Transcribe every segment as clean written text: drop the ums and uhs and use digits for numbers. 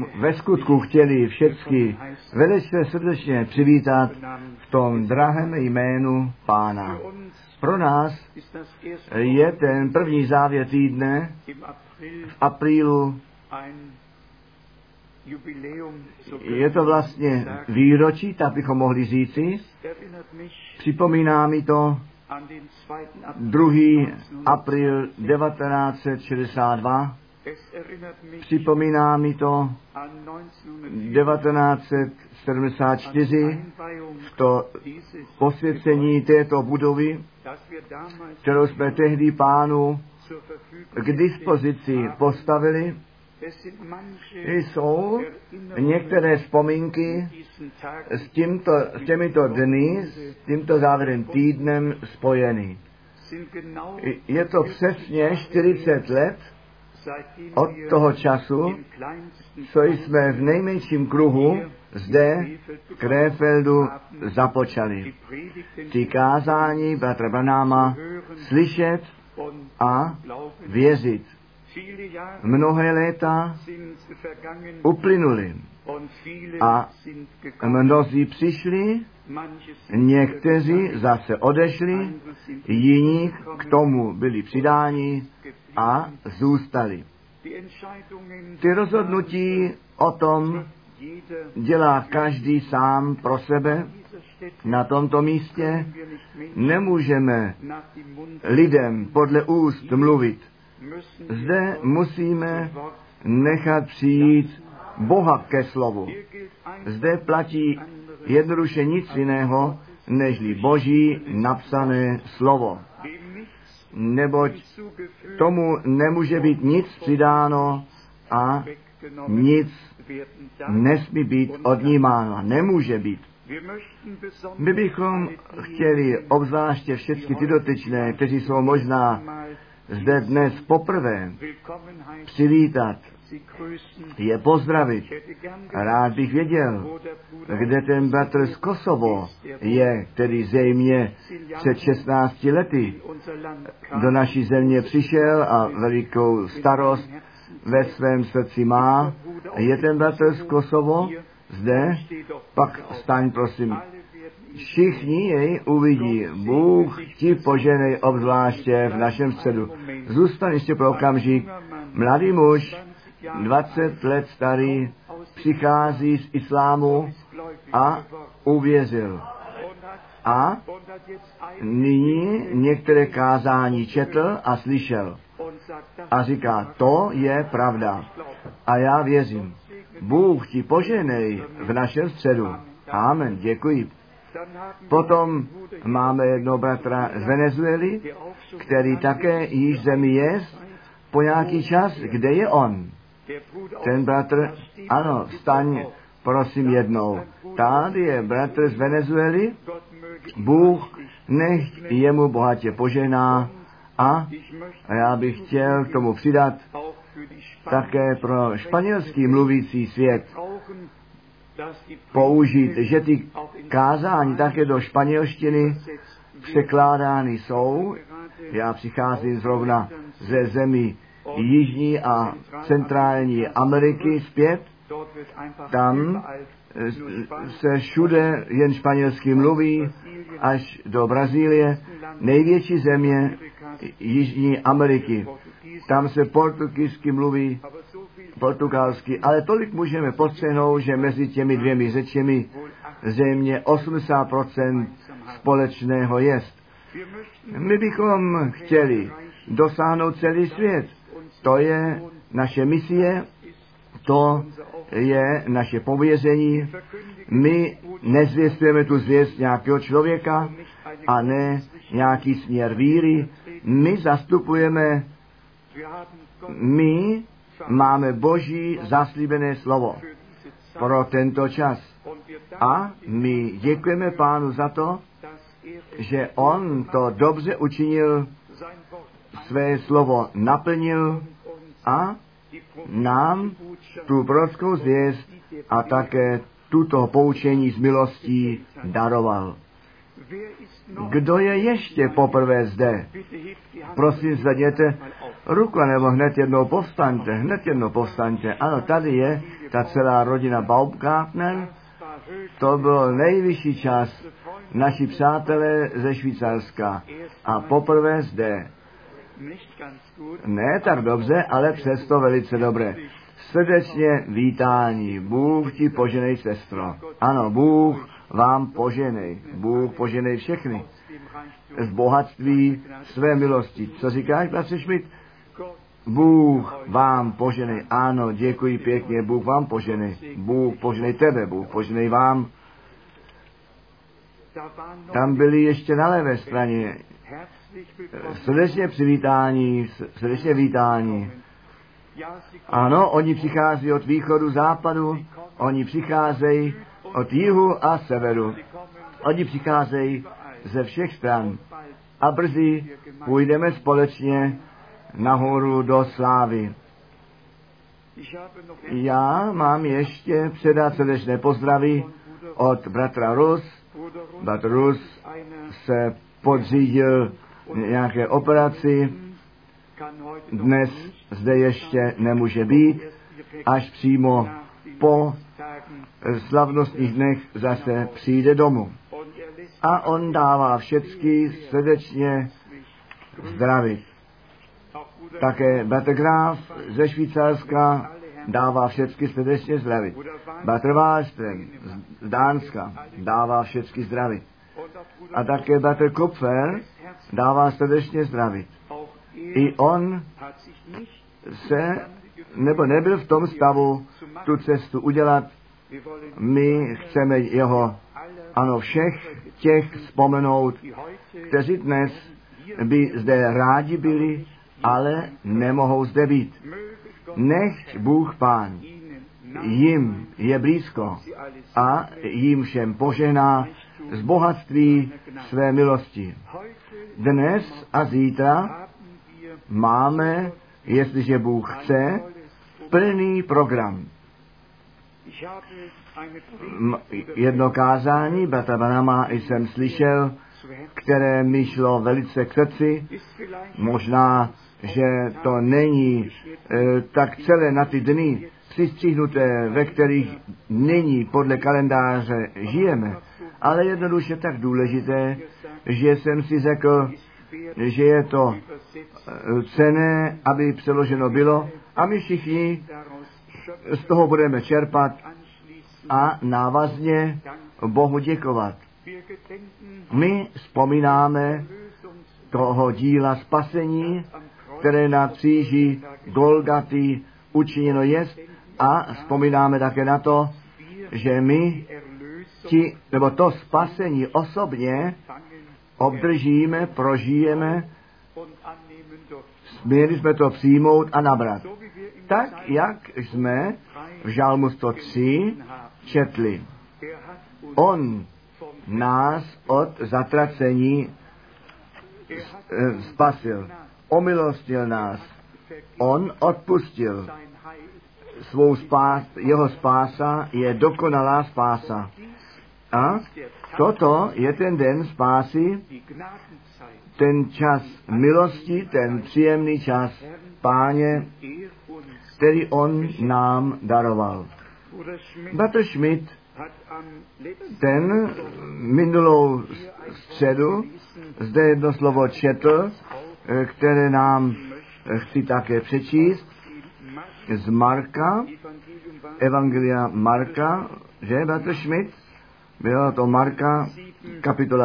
bychom ve skutku chtěli všechny velice srdečně přivítat v tom drahém jménu Pána. Pro nás je ten první závěr týdne v aprílu, je to vlastně výročí, tak bychom mohli říci. Připomíná mi to 2. apríl 1962. Připomíná mi to 1974, to posvěcení této budovy, kterou jsme tehdy Pánu k dispozici postavili. Jsou některé vzpomínky s těmito dny, s tímto závěrem týdnem spojeny. Je to přesně 40 let od toho času, co jsme v nejmenším kruhu zde v Krefeldu započali. Ty kázání bratra Branhama slyšet a věřit. Mnohé léta uplynuly a mnozí přišli, někteří zase odešli, jiní k tomu byli přidáni a zůstali. Ty rozhodnutí o tom dělá každý sám pro sebe. Na tomto místě nemůžeme lidem podle úst mluvit. Zde musíme nechat přijít Boha ke slovu. Zde platí jednoduše nic jiného, nežli Boží napsané slovo. Neboť tomu nemůže být nic přidáno a nic nesmí být odnímáno. Nemůže být. My bychom chtěli obzvláště všechny ty dotyčné, kteří jsou možná zde dnes poprvé, přivítat, je pozdravit. Rád bych věděl, kde ten bratr z Kosovo je, který zřejmě před 16 lety do naší země přišel a velikou starost ve svém srdci má. Je ten bratr z Kosovo zde? Pak staň, prosím. Všichni jej uvidí. Bůh ti poženej obzvláště v našem středu. Zůstaň ještě pro okamžik. Mladý muž, 20 let starý, přichází z islámu a uvěřil. A nyní některé kázání četl a slyšel. A říká, to je pravda. A já věřím. Bůh ti poženej v našem středu. Amen, děkuji. Potom máme jednoho bratra z Venezuely, který také již zemi je po nějaký čas. Kde je on? Ten bratr, ano, vstaň, prosím jednou. Tady je bratr z Venezuely, Bůh nech jemu bohatě požená a já bych chtěl k tomu přidat také pro španělský mluvící svět použít, že ty kázání také do španělštiny překládány jsou. Já přicházím zrovna ze zemí Jižní a Centrální Ameriky zpět. Tam se všude jen španělsky mluví, až do Brazílie, největší země Jižní Ameriky. Tam se portugalsky mluví, portugalsky, ale tolik můžeme postřehnout, že mezi těmi dvěmi řečemi zřejmě 80% společného jest. My bychom chtěli dosáhnout celý svět. To je naše misie, to je naše pověření. My nezvěstujeme tu zvěst nějakého člověka a ne nějaký směr víry. My zastupujeme, my máme Boží zaslíbené slovo pro tento čas. A my děkujeme Pánu za to, že On to dobře učinil, své slovo naplnil a nám tu prorockou zvěst a také tuto poučení z milostí daroval. Kdo je ještě poprvé zde? Prosím, zvedněte ruku, nebo hned jednou povstaňte. Ano, tady je ta celá rodina Baumgartner, to byl nejvyšší čas, naši přátelé ze Švýcarska. A poprvé zde. Ne tak dobře, ale přesto velice dobré. Srdečně vítání. Bůh ti poženej, sestro. Ano, Bůh vám poženej. Bůh poženej všechny. Z bohatství své milosti. Co říkáš, bratře Schmidt? Bůh vám poženej. Ano, děkuji pěkně. Bůh vám poženej. Bůh poženej tebe. Bůh poženej vám. Tam byli ještě na levé straně. Srdečně přivítání, srdečně vítání. Ano, oni přichází od východu, západu, oni přicházejí od jihu a severu. Oni přicházejí ze všech stran. A brzy půjdeme společně nahoru do slávy. Já mám ještě předat srdečné pozdravy od bratra Rus. Bratr Rus se podřídil nějaké operaci. Dnes zde ještě nemůže být, až přímo po slavnostních dnech zase přijde domů. A on dává všecky srdečně zdravit. Také bratr Graf ze Švýcarska dává všecky srdečně zdravit. Bratr Wallström z Dánska dává všecky zdravit. A také bratr Kupfer dává srdečně zdravit. I on nebyl v tom stavu tu cestu udělat. My chceme jeho, ano, všech těch vzpomenout, kteří dnes by zde rádi byli, ale nemohou zde být. Nechť Bůh Pán jim je blízko a jim všem požehná z bohatství své milosti. Dnes a zítra máme, jestliže Bůh chce, plný program. Jedno kázání bratra Branhama jsem slyšel, které mi šlo velice k srdci. Možná, že to není tak celé na ty dny přistřihnuté, ve kterých nyní podle kalendáře žijeme, ale jednoduše tak důležité, že jsem si řekl, že je to cenné, aby přeloženo bylo a my všichni z toho budeme čerpat a návazně Bohu děkovat. My vzpomínáme toho díla spasení, které na kříži Golgaty učiněno jest, a vzpomínáme také na to, že my nebo to spasení osobně obdržíme, prožijeme, měli jsme to přijmout a nabrat. Tak, jak jsme v Žalmu 103 četli. On nás od zatracení spasil, omilostil nás. On odpustil svou jeho spása je dokonalá spása. A toto je ten den spásy, ten čas milosti, ten příjemný čas, Páně, který on nám daroval. Bratr Schmidt ten minulou středu zde jedno slovo četl, které nám chci také přečíst z Marka, Evangelia Marka, že, bratr Schmidt? Bylo to Marka, kapitola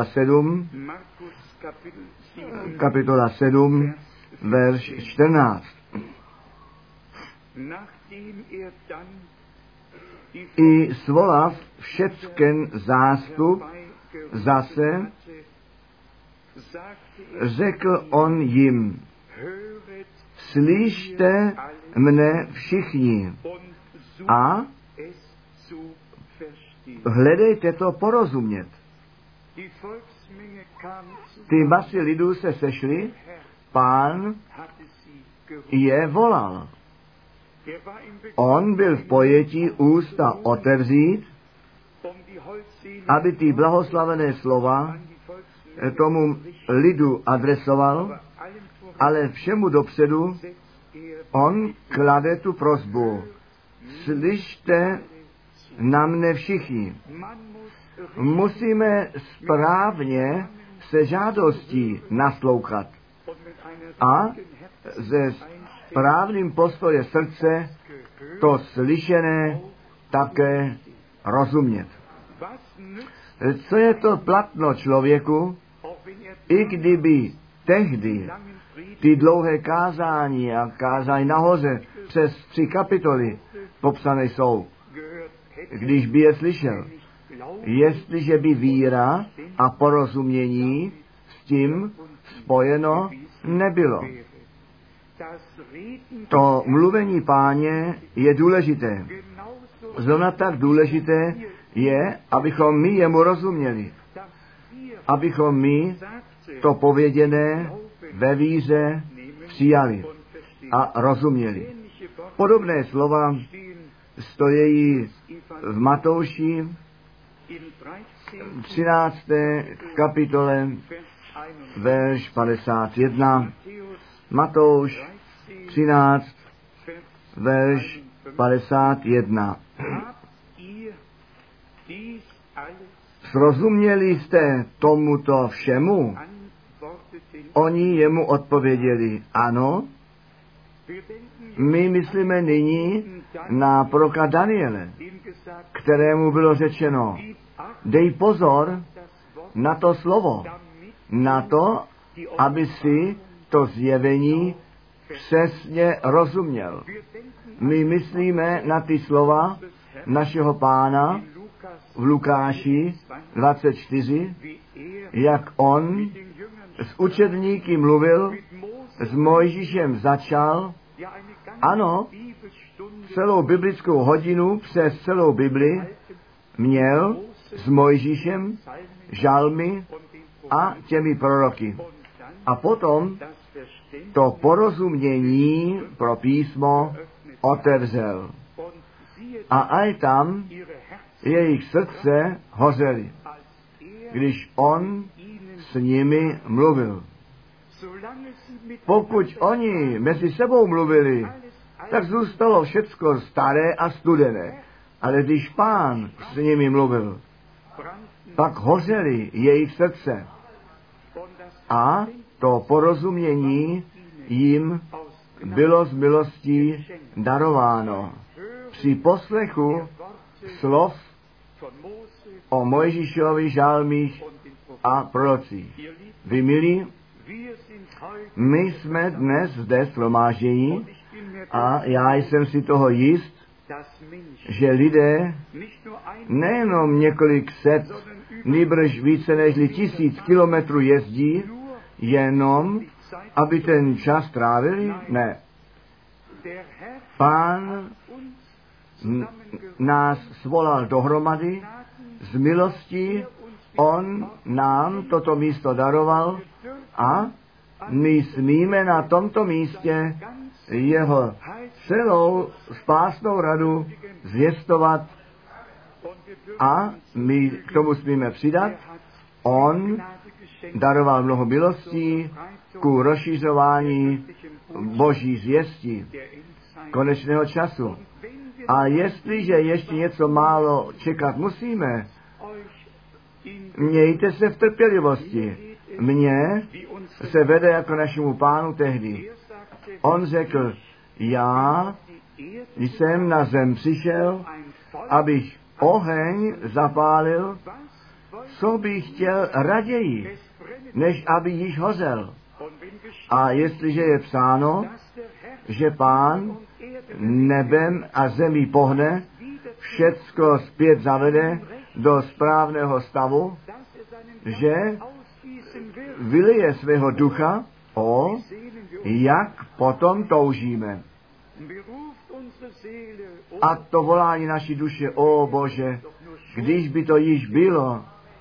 7, verš 14. I svolav všecken zástup zase, řekl on jim, slyšte mne všichni a hledejte to porozumět. Ty masy lidů se sešly, Pán je volal. On byl v pojetí ústa otevřít, aby ty blahoslavené slova tomu lidu adresoval, ale všemu dopředu on klade tu prosbu. slyšte na mne všichni. Musíme správně se žádostí naslouchat a se správným postojem srdce to slyšené také rozumět. Co je to platno člověku, i kdyby tehdy ty dlouhé kázání a kázání nahoře přes 3 kapitoly popsané jsou, když by je slyšel, jestliže by víra a porozumění s tím spojeno nebylo. To mluvení Páně je důležité. Zrovna tak důležité je, abychom my jemu rozuměli. Abychom my to pověděné ve víře přijali a rozuměli. Podobné slova stojí v Matouši 13. kapitole, verš 51. Matouš 13, verš 51. Srozuměli jste tomuto všemu? Oni jemu odpověděli, ano. My myslíme nyní na proroka Daniele, kterému bylo řečeno, dej pozor na to slovo, na to, aby si to zjevení přesně rozuměl. My myslíme na ty slova našeho Pána v Lukáši 24, jak on s učedníky mluvil, s Mojžíšem začal, ano, celou biblickou hodinu přes celou Bibli měl s Mojžíšem, žalmy a těmi proroky. A potom to porozumění pro písmo otevřel. A aj tam jejich srdce hořely, když on s nimi mluvil. Pokud oni mezi sebou mluvili, tak zůstalo všecko staré a studené. Ale když Pán s nimi mluvil, pak hořely jejich srdce. A to porozumění jim bylo z milostí darováno. Při poslechu slov o Mojžíšovi, žalmích a prorocích. Vy milí, my jsme dnes zde shromáždění a já jsem si toho jist, že lidé nejenom několik set, nýbrž více než 1000 kilometrů jezdí, jenom aby ten čas trávili? Ne. Pán nás svolal dohromady z milostí, on nám toto místo daroval a my smíme na tomto místě jeho celou spásnou radu zvěstovat a my k tomu smíme přidat. On daroval mnoho milostí ku rozšiřování Boží zvěsti konečného času. A jestliže ještě něco málo čekat musíme, mějte se v trpělivosti. Mně se vede jako našemu Pánu tehdy. On řekl, já jsem na zem přišel, abych oheň zapálil, co bych chtěl raději, než aby již hořel. A jestliže je psáno, že Pán nebem a zemí pohne, všecko zpět zavede do správného stavu, že vylije svého ducha, jak potom toužíme. A to volání naší duše, o Bože, když by to již bylo,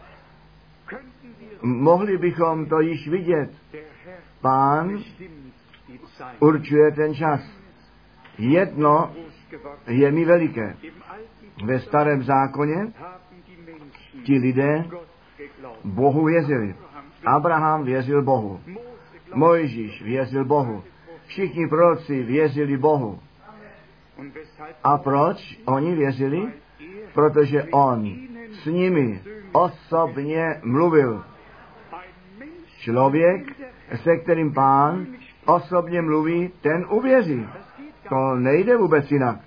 mohli bychom to již vidět. Pán určuje ten čas. Jedno je mi veliké. Ve Starém zákoně ti lidé Bohu věřili. Abraham věřil Bohu. Mojžíš věřil Bohu. Všichni proroci věřili Bohu. A proč oni věřili? Protože on s nimi osobně mluvil. Člověk, se kterým Pán osobně mluví, ten uvěří. To nejde vůbec jinak.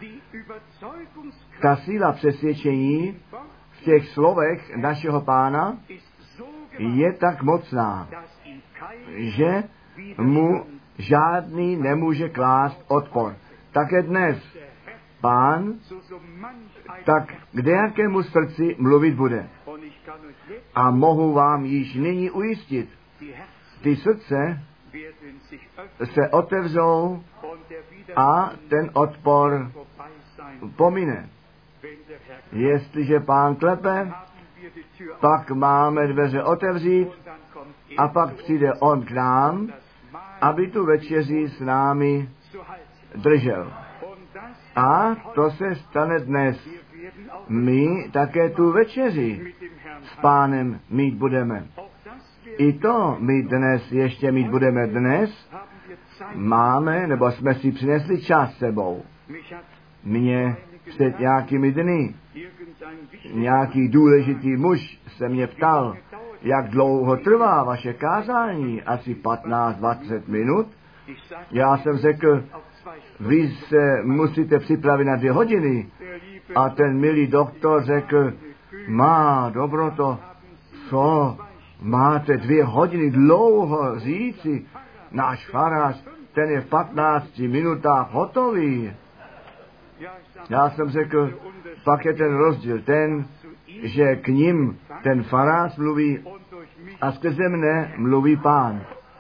Ta síla přesvědčení v těch slovech našeho Pána je tak mocná, že mu žádný nemůže klást odpor. Také dnes Pán tak k jakému srdci mluvit bude. A mohu vám již nyní ujistit, ty srdce se otevřou a ten odpor pomine. Jestliže Pán klepe, pak máme dveře otevřít a pak přijde on k nám, aby tu večeři s námi držel. A to se stane dnes. My také tu večeři s Pánem mít budeme. I to my dnes ještě mít budeme. Dnes máme, nebo jsme si přinesli čas sebou. Mě před nějakými dny nějaký důležitý muž se mě ptal, jak dlouho trvá vaše kázání, asi 15-20 minut. Já jsem řekl, vy se musíte připravit na 2 hodiny. A ten milý doktor řekl, má dobroto, co máte 2 hodiny dlouho říci, náš farář, ten je v 15 minutách hotový. Já jsem řekl, pak je ten rozdíl ten, že k nim ten farář mluví a skrze mne mluví Pán.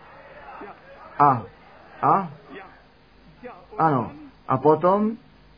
Ano. A potom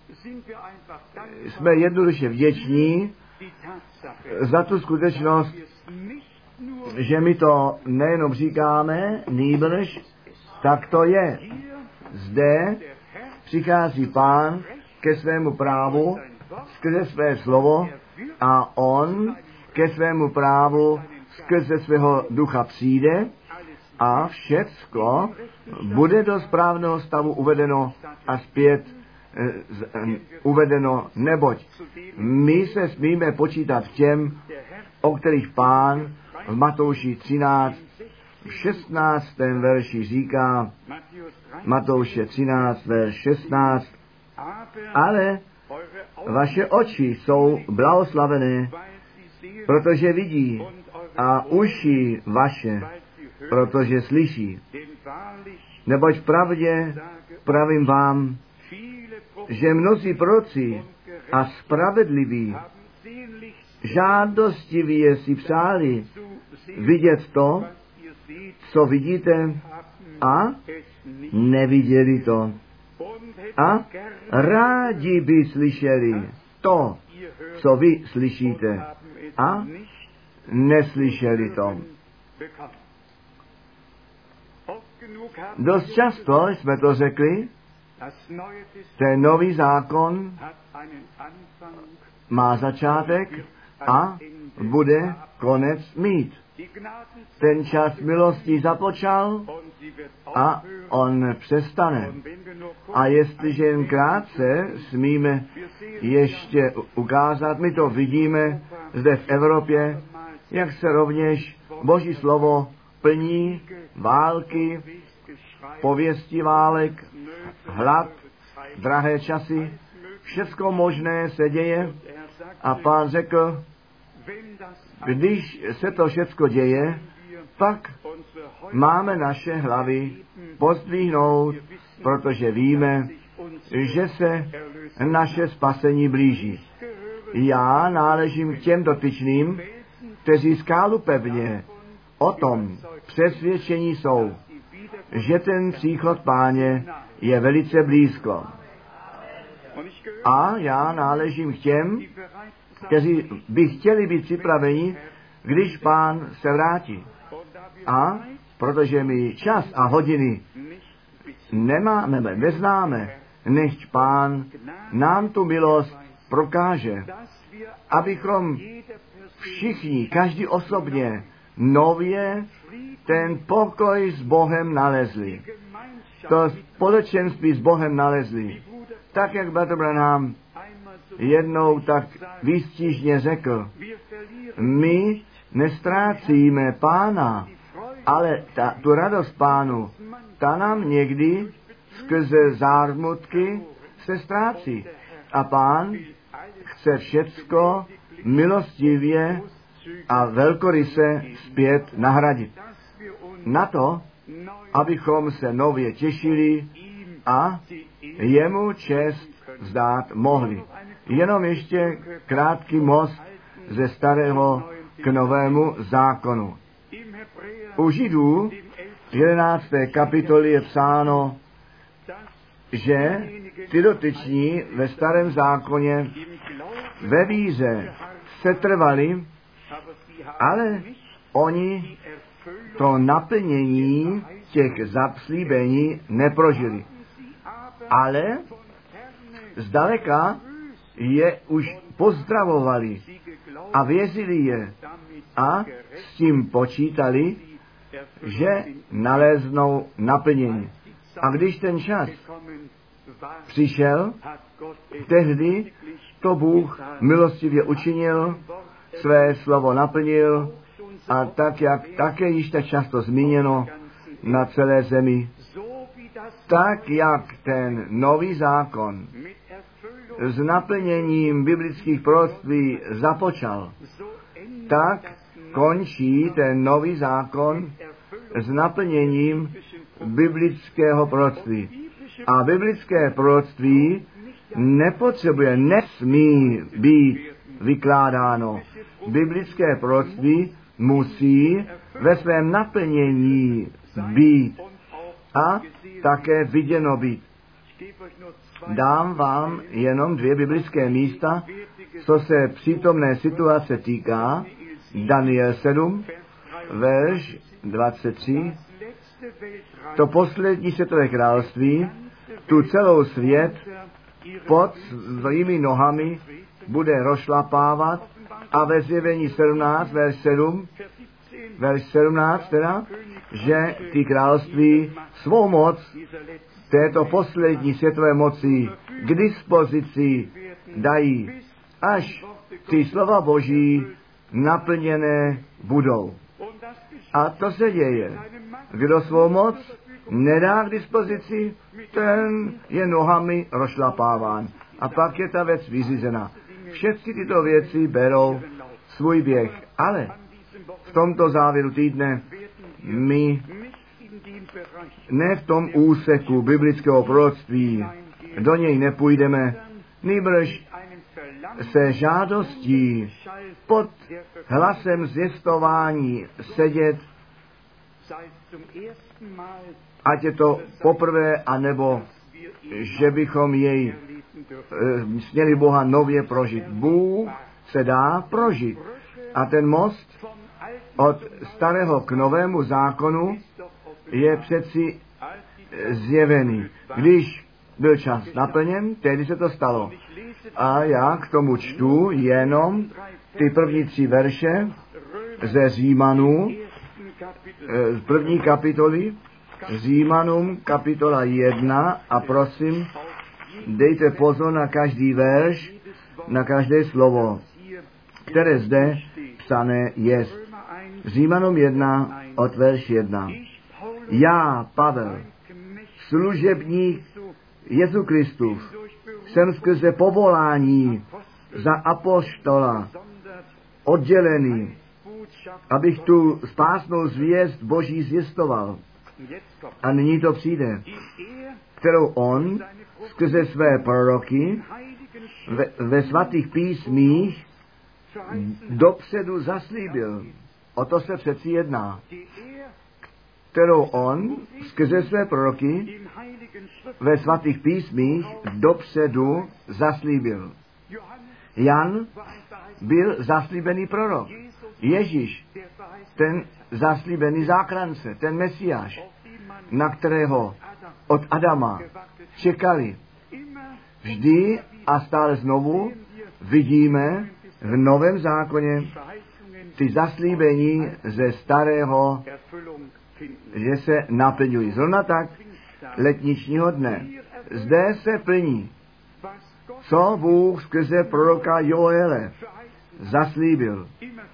jsme jednoduše vděční za tu skutečnost, že my to nejenom říkáme, nýbrž, tak to je. Zde přichází Pán ke svému právu skrze své slovo a on ke svému právu skrze svého ducha přijde a všecko bude do správného stavu uvedeno a zpět uvedeno, neboť my se smíme počítat těm, o kterých Pán v Matouši 13 v 16. verši říká, Matouše 13, verš 16, ale vaše oči jsou blahoslavené, protože vidí, a uši vaše, protože slyší. Neboť pravdě pravím vám, že mnozí proroci a spravedliví žádostivě si přáli vidět to, co vidíte, a neviděli to. A rádi by slyšeli to, co vy slyšíte, a neslyšeli to. Dost často jsme to řekli, ten nový zákon má začátek a bude konec mít. Ten čas milosti započal a on přestane. A jestliže jen krátce smíme ještě ukázat, my to vidíme zde v Evropě, jak se rovněž Boží slovo plní, války, pověsti válek, hlad, drahé časy, všecko možné se děje. A Pán řekl, když se to všecko děje, pak máme naše hlavy pozdvihnout, protože víme, že se naše spasení blíží. Já náležím k těm dotyčným, kteří skálu pevně o tom přesvědčení jsou, že ten příchod Páně je velice blízko. A já náležím k těm, kteří by chtěli být připraveni, když Pán se vrátí. A protože my čas a hodiny neznáme, nechť Pán nám tu milost prokáže, abychom všichni, každý osobně, nově ten pokoj s Bohem nalezli. To společenství s Bohem nalezli. tak jak Bratr Branham jednou tak výstižně řekl, my nestrácíme Pána, ale tu radost Pánu, ta nám někdy skrze zármutky se ztrácí. A Pán chce všecko milostivě a velkoryse zpět nahradit. Na to, abychom se nově těšili a jemu čest vzdát mohli. Jenom ještě krátký most ze starého k novému zákonu. U Židů 11. kapitoly je psáno, že ty dotyční ve starém zákoně ve víře setrvali, ale oni to naplnění těch zaslíbení neprožili. Ale zdaleka je už pozdravovali a věřili je a s tím počítali, že naleznou naplnění. A když ten čas přišel, tehdy to Bůh milostivě učinil, své slovo naplnil a tak, jak také již tak často zmíněno na celé zemi, tak, jak ten nový zákon s naplněním biblických proroctví započal, tak končí ten nový zákon s naplněním biblického proroctví. A biblické proroctví nepotřebuje, nesmí být vykládáno. Biblické proroctví musí ve svém naplnění být a také viděno být. Dám vám jenom 2 biblické místa, co se přítomné situace týká. Daniel 7, verš 23. To poslední světové království, tu celou svět pod svými nohami bude rozšlapávat a ve Zjevení 17, verš 17 teda, že ty království svou moc této poslední světové moci k dispozici dají, až ty slova Boží naplněné budou. A to se děje. Kdo svou moc nedá k dispozici, ten je nohami rozšlapáván. A pak je ta věc vyřízena. Všechny tyto věci berou svůj běh. Ale v tomto závěru týdne my ne v tom úseku biblického proroctví, do něj nepůjdeme, nýbrž se žádostí pod hlasem zvěstování sedět, ať je to poprvé, anebo že bychom jej směli Boha nově prožit. Bůh se dá prožit. A ten most od starého k novému zákonu je přeci zjevený. Když byl čas naplněn, tehdy se to stalo. A já k tomu čtu jenom ty první 3 verše ze Římanů, z první kapitoly, Římanům kapitola 1 a prosím, dejte pozor na každý verš, na každé slovo, které zde psané je. Římanům 1 od verš 1. Já, Pavel, služebník Jezu Kristův, jsem skrze povolání za apoštola oddělený, abych tu spásnou zvěst Boží zvěstoval. A nyní to přijde, kterou on skrze své proroky ve svatých písmích dopředu zaslíbil. O to se přeci jedná. Kterou on skrze své proroky ve svatých písmích dopředu zaslíbil. Jan byl zaslíbený prorok. Ježíš, ten zaslíbený záchránce, ten Mesiáš, na kterého od Adama čekali. Vždy a stále znovu vidíme v Novém zákoně ty zaslíbení ze starého, že se naplňují. Zrovna tak letničního dne. Zde se plní co Bůh skrze proroka Joele zaslíbil.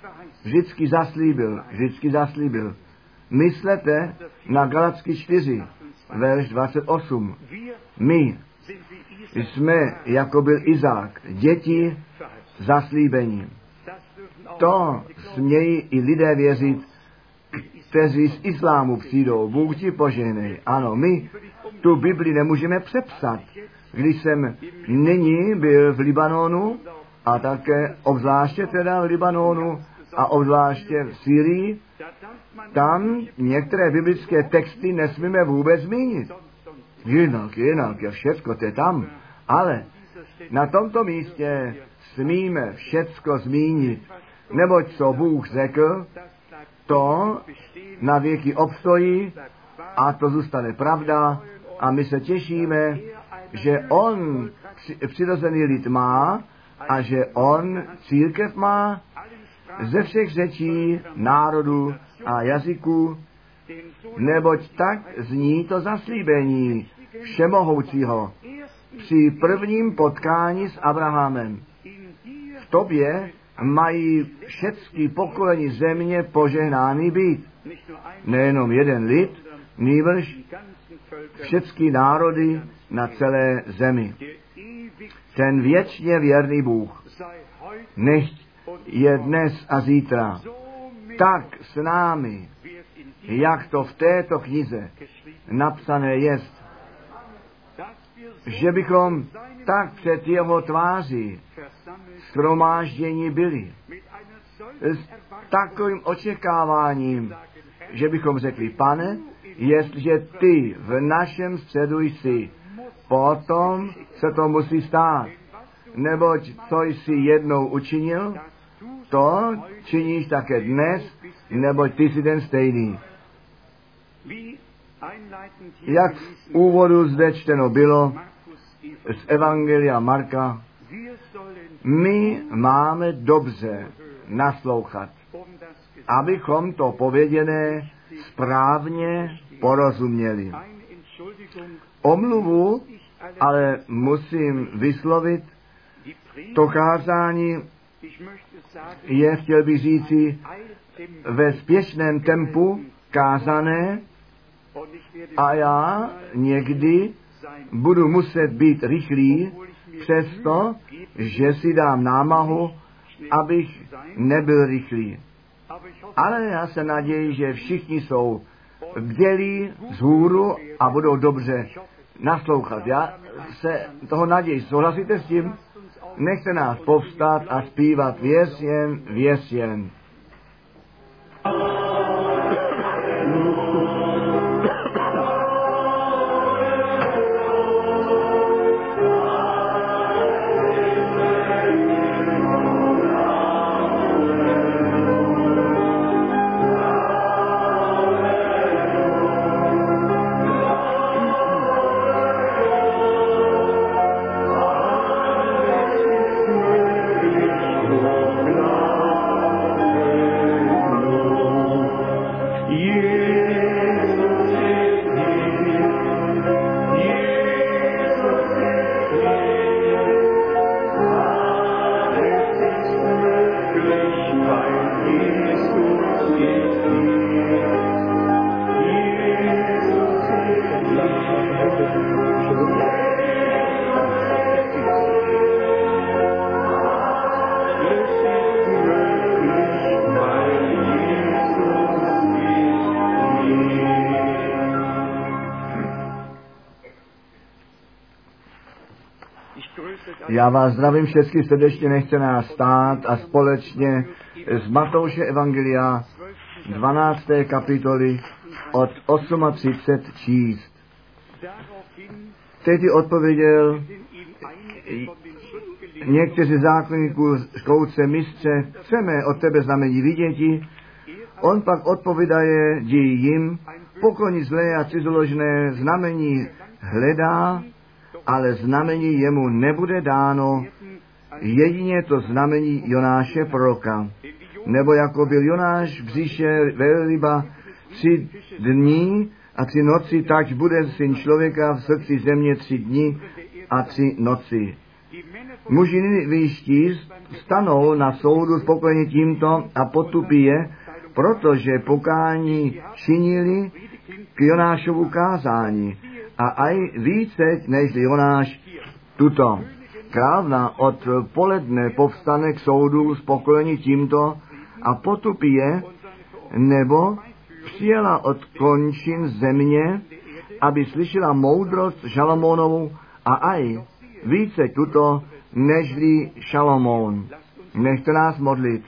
Vždycky zaslíbil. Myslete na Galatsky 4, verš 28. My jsme, jako byl Izák, děti zaslíbení. To smějí i lidé věřit, kteří z islámu přijdou. Bůh ti požehnej. Ano, my tu Bibli nemůžeme přepsat. Když jsem nyní byl v Libanonu, a také obzvláště teda v Libanonu a obzvláště v Syrii, tam některé biblické texty nesmíme vůbec zmínit. Jinak, je všecko, to je tam. Ale na tomto místě smíme všecko zmínit, neboť co Bůh řekl, to na věky obstojí a to zůstane pravda a my se těšíme, že on přirozený lid má a že on církev má ze všech řečí, národů a jazyků, neboť tak zní to zaslíbení Všemohoucího při prvním potkání s Abrahamem. V tobě mají všechny pokolení země požehnány být. Nejenom jeden lid, nýbrž všechny národy na celé zemi. Ten věčně věrný Bůh, nechť je dnes a zítra tak s námi, jak to v této knize napsané jest, že bychom tak před jeho tváří shromáždění byli. S takovým očekáváním, že bychom řekli, Pane, jestliže ty v našem středu jsi, potom se to musí stát. Neboť co jsi jednou učinil, to činíš také dnes, neboť ty jsi ten stejný. Jak v úvodu zde čteno bylo z Evangelia Marka, my máme dobře naslouchat, abychom to pověděné správně porozuměli. Omluvu ale musím vyslovit, to kázání je, chtěl bych říci, ve spěšném tempu kázané a já někdy budu muset být rychlý, přesto, že si dám námahu, abych nebyl rychlý. Ale já se naději, že všichni jsou bdělí vzhůru a budou dobře naslouchat. Já se toho naději. Souhlasíte s tím? Nechte nás povstat a zpívat věř jen, věř jen. Já vás zdravím všechny srdečně, nechte nás stát a společně z Matouše Evangelia 12. kapitoly od 38 číst. Tehdy odpověděl někteří zákonníků škouce, mistře, chceme od tebe znamení viděti. On pak odpovídaje jim, pokoní zlé a cizoložné znamení hledá, ale znamení jemu nebude dáno, jedině to znamení Jonáše proroka. Nebo jako byl Jonáš v břiše velryba 3 dní a 3 noci, tak bude syn člověka v srdci země 3 dní a 3 noci. muži Ninivíští stanou na soudu spokojeni tímto a potupí je, protože pokání činili k Jonášovu kázání. A aj více než Jonáš tuto. Královna od poledne povstane k soudu spokojeni tímto a potupí je, nebo přijela od končin země, aby slyšela moudrost Šalomonovu a aj více tuto, nežli Šalomón. Nechte nás modlit.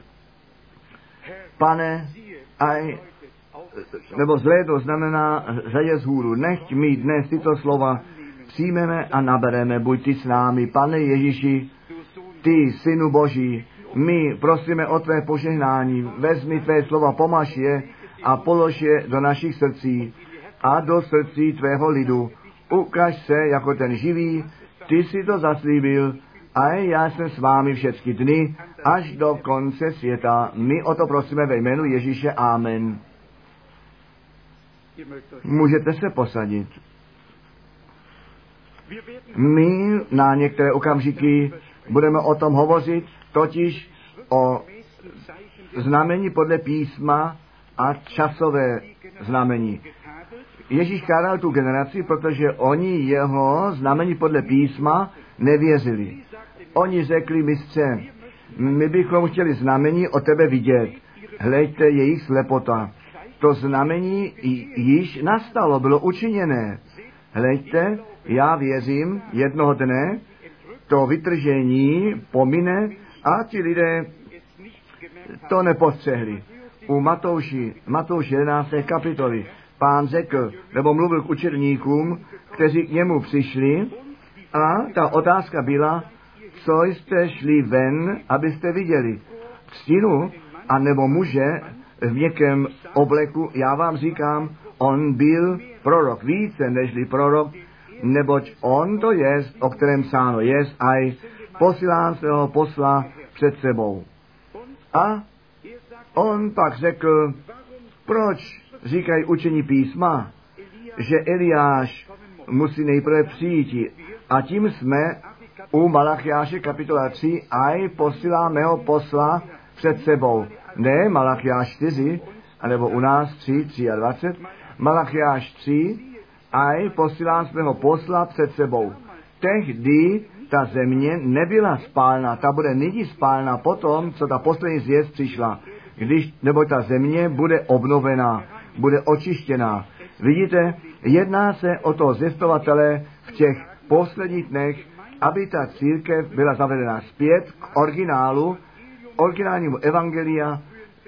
Pane, aj, nebo zlé to znamená řadě zhůru. Nechť my dnes tyto slova přijmeme a nabereme. Buď ty s námi, Pane Ježíši, ty, Synu Boží, my prosíme o tvé požehnání. Vezmi tvé slova, pomaž je a polož je do našich srdcí a do srdcí tvého lidu. Ukaž se jako ten živý, ty jsi to zaslíbil a já jsem s vámi všechny dny až do konce světa. My o to prosíme ve jménu Ježíše. Amen. Můžete se posadit. My na některé okamžiky budeme o tom hovořit, totiž o znamení podle písma a časové znamení. Ježíš kázal tu generaci, protože oni jeho znamení podle písma nevěřili. Oni řekli, mistře, my bychom chtěli znamení od tebe vidět. Hleďte jejich slepota. To znamení již nastalo, bylo učiněné. Hleďte, já věřím, jednoho dne to vytržení pomine a ti lidé to nepostřehli. U Matouš 11. kapitoly Pán řekl, nebo mluvil k učedníkům, kteří k němu přišli, a ta otázka byla, co jste šli ven, abyste viděli? Stínu, anebo muže v měkkém obleku? Já vám říkám, on byl prorok, více nežli prorok, neboť on to jest, o kterém psáno jest, aj posílám svého posla před sebou. A on pak řekl, proč říkají učení písma, že Eliáš musí nejprve přijít. A tím jsme u Malachiáše kapitola 3, aj posílá mého posla před sebou. Ne Malachiáš 4, anebo u nás 3, 23, Malachiáš 3, aj posílám svého posla před sebou. Tehdy ta země nebyla spálna, ta bude nyní spálna potom, co ta poslední zvěst přišla, nebo ta země bude obnovená, bude očištěná. Vidíte, jedná se o toho zvěstovatele v těch posledních dnech, aby ta církev byla zavedena zpět k originálnímu evangelia,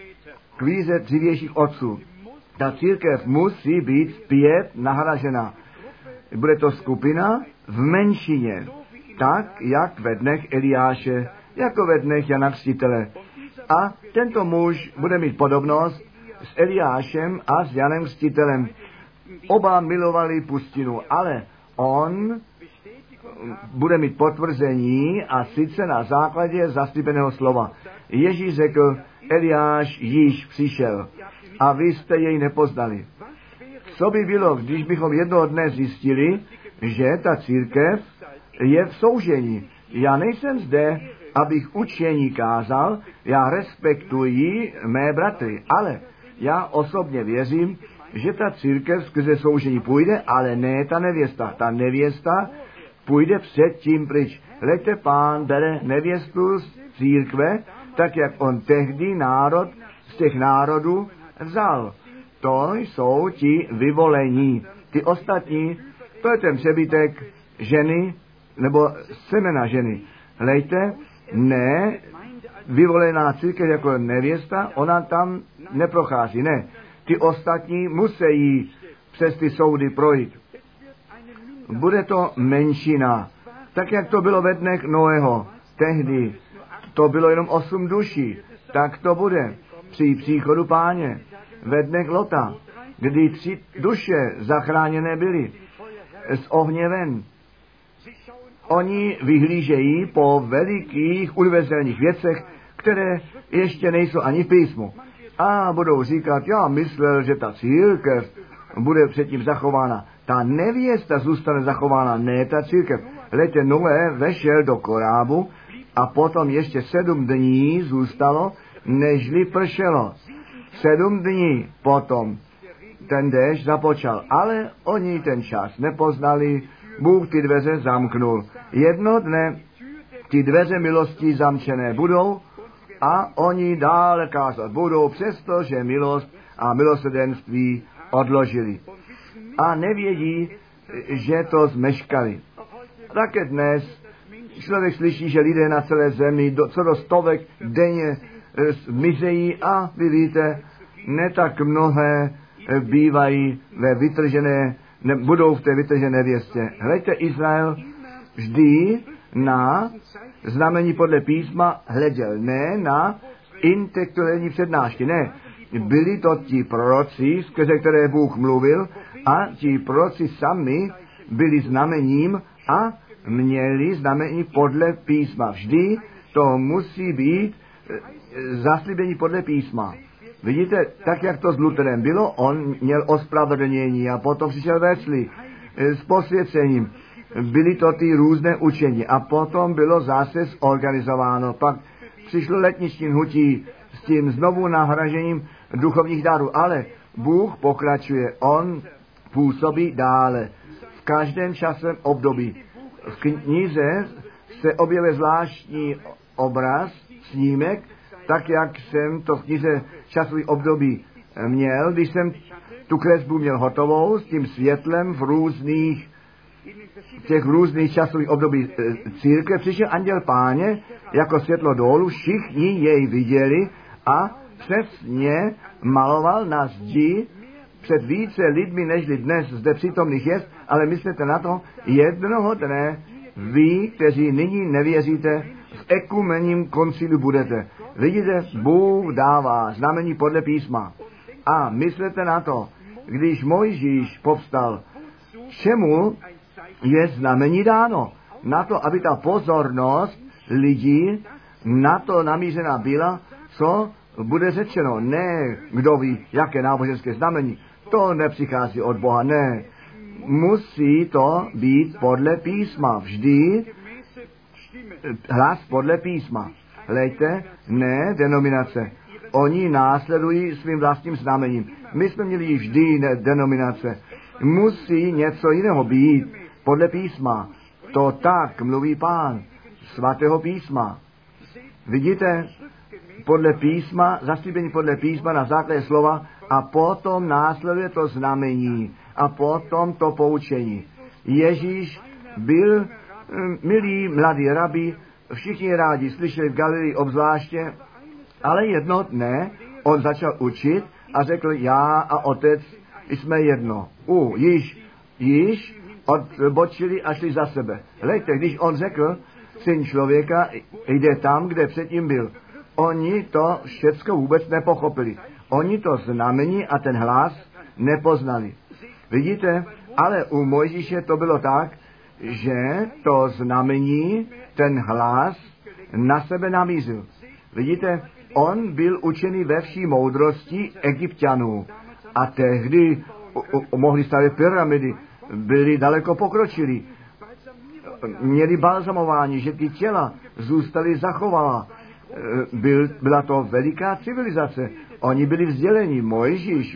k víře dřívějších otců. Ta církev musí být zpět nahražena. Bude to skupina v menšině, tak, jak ve dnech Eliáše, jako ve dnech Jana Křtitele. A tento muž bude mít podobnost s Eliášem a s Janem Křtitelem. Oba milovali pustinu, ale on bude mít potvrzení a sice na základě zaslíbeného slova. Ježíš řekl, Eliáš již přišel a vy jste jej nepoznali. Co by bylo, když bychom jednoho dne zjistili, že ta církev je v soužení? Já nejsem zde, abych učení kázal, já respektuji mé bratry, ale já osobně věřím, že ta církev skrze soužení půjde, ale ne ta nevěsta. Ta nevěsta půjde předtím pryč. Hleďte, Pán bere nevěstu z církve, tak jak on tehdy národ z těch národů vzal. To jsou ti vyvolení. Ty ostatní, to je ten přebytek ženy, nebo semena ženy. Hleďte, ne, vyvolená církev jako nevěsta, ona tam neprochází, ne. Ty ostatní musí přes ty soudy projít. Bude to menšina, tak jak to bylo ve dnech Noého. Tehdy to bylo jenom 8 duší, tak to bude při příchodu Páně. Ve dnech Lota, kdy 3 duše zachráněné byly z ohně ven. Oni vyhlížejí po velikých univerzálních věcech, které ještě nejsou ani v písmu. A budou říkat, já myslel, že ta církev bude předtím zachována. Ta nevěsta zůstane zachována, ne ta církev. Hleďte, Noé vešel do korábu a potom ještě 7 dní zůstalo, nežli pršelo. 7 dní potom ten déšť započal, ale oni ten čas nepoznali, Bůh ty dveře zamknul. Jedno dne ty dveře milostí zamčené budou a oni dále kázat budou, přestože milost a milosrdenství odložili. A nevědí, že to zmeškali. Také dnes člověk slyší, že lidé na celé zemi co do stovek denně mizejí a vy víte, ne tak mnohé bývají budou v té vytržené věstě. Hleďte, Izrael vždy na znamení podle písma hleděl, ne na intelektuální přednášky, ne. Byli to ti proroci, skrze které Bůh mluvil, a ti proroci sami byli znamením a měli znamení podle písma. Vždy to musí být zaslíbení podle písma. Vidíte, tak jak to s Lutherem bylo, on měl ospravedlnění a potom přišel Wesley s posvěcením. Byly to ty různé učení a potom bylo zase zorganizováno. Pak přišlo letniční hnutí s tím znovu nahražením duchovních darů, ale Bůh pokračuje, on působí dále v každém časovém období. V knize se objevuje zvláštní obraz, snímek, tak jak jsem to v knize časových období měl, když jsem tu kresbu měl hotovou s tím světlem v těch různých časových období církve, přišel anděl Páně jako světlo dolů, všichni jej viděli a přesně maloval na zdi před více lidmi, nežli dnes zde přítomných jest, ale myslete na to, jednoho dne vy, kteří nyní nevěříte, v ekumenním koncilu budete. Vidíte, Bůh dává znamení podle písma. A myslete na to, když Mojžíš povstal, čemu je znamení dáno? Na to, aby ta pozornost lidí na to namířena byla, co bude řečeno. Ne, kdo ví, jaké náboženské znamení. To nepřichází od Boha, ne. Musí to být podle písma. Vždy hlas podle písma. Hlejte, ne denominace. Oni následují svým vlastním znamením. My jsme měli vždy denominace. Musí něco jiného být podle písma. To tak mluví Pán, svatého písma. Vidíte, podle písma, zaslíbení podle písma na základě slova a potom následuje to znamení a potom to poučení. Ježíš byl milý mladý rabi, všichni rádi slyšeli v Galilii obzvláště, ale jedno dne on začal učit a řekl, já a otec jsme jedno. Již odbočili a šli za sebe. Hleďte, když on řekl, syn člověka jde tam, kde předtím byl. Oni to všecko vůbec nepochopili. Oni to znamení a ten hlas nepoznali. Vidíte, ale u Mojžíše to bylo tak, že to znamení, ten hlas na sebe namířil. Vidíte, on byl učený ve vší moudrosti Egypťanů a tehdy mohli stavět pyramidy, byli daleko pokročili, měli balzamování, že ty těla zůstaly zachovala. Byla to veliká civilizace. Oni byli vzdělení. Mojžíš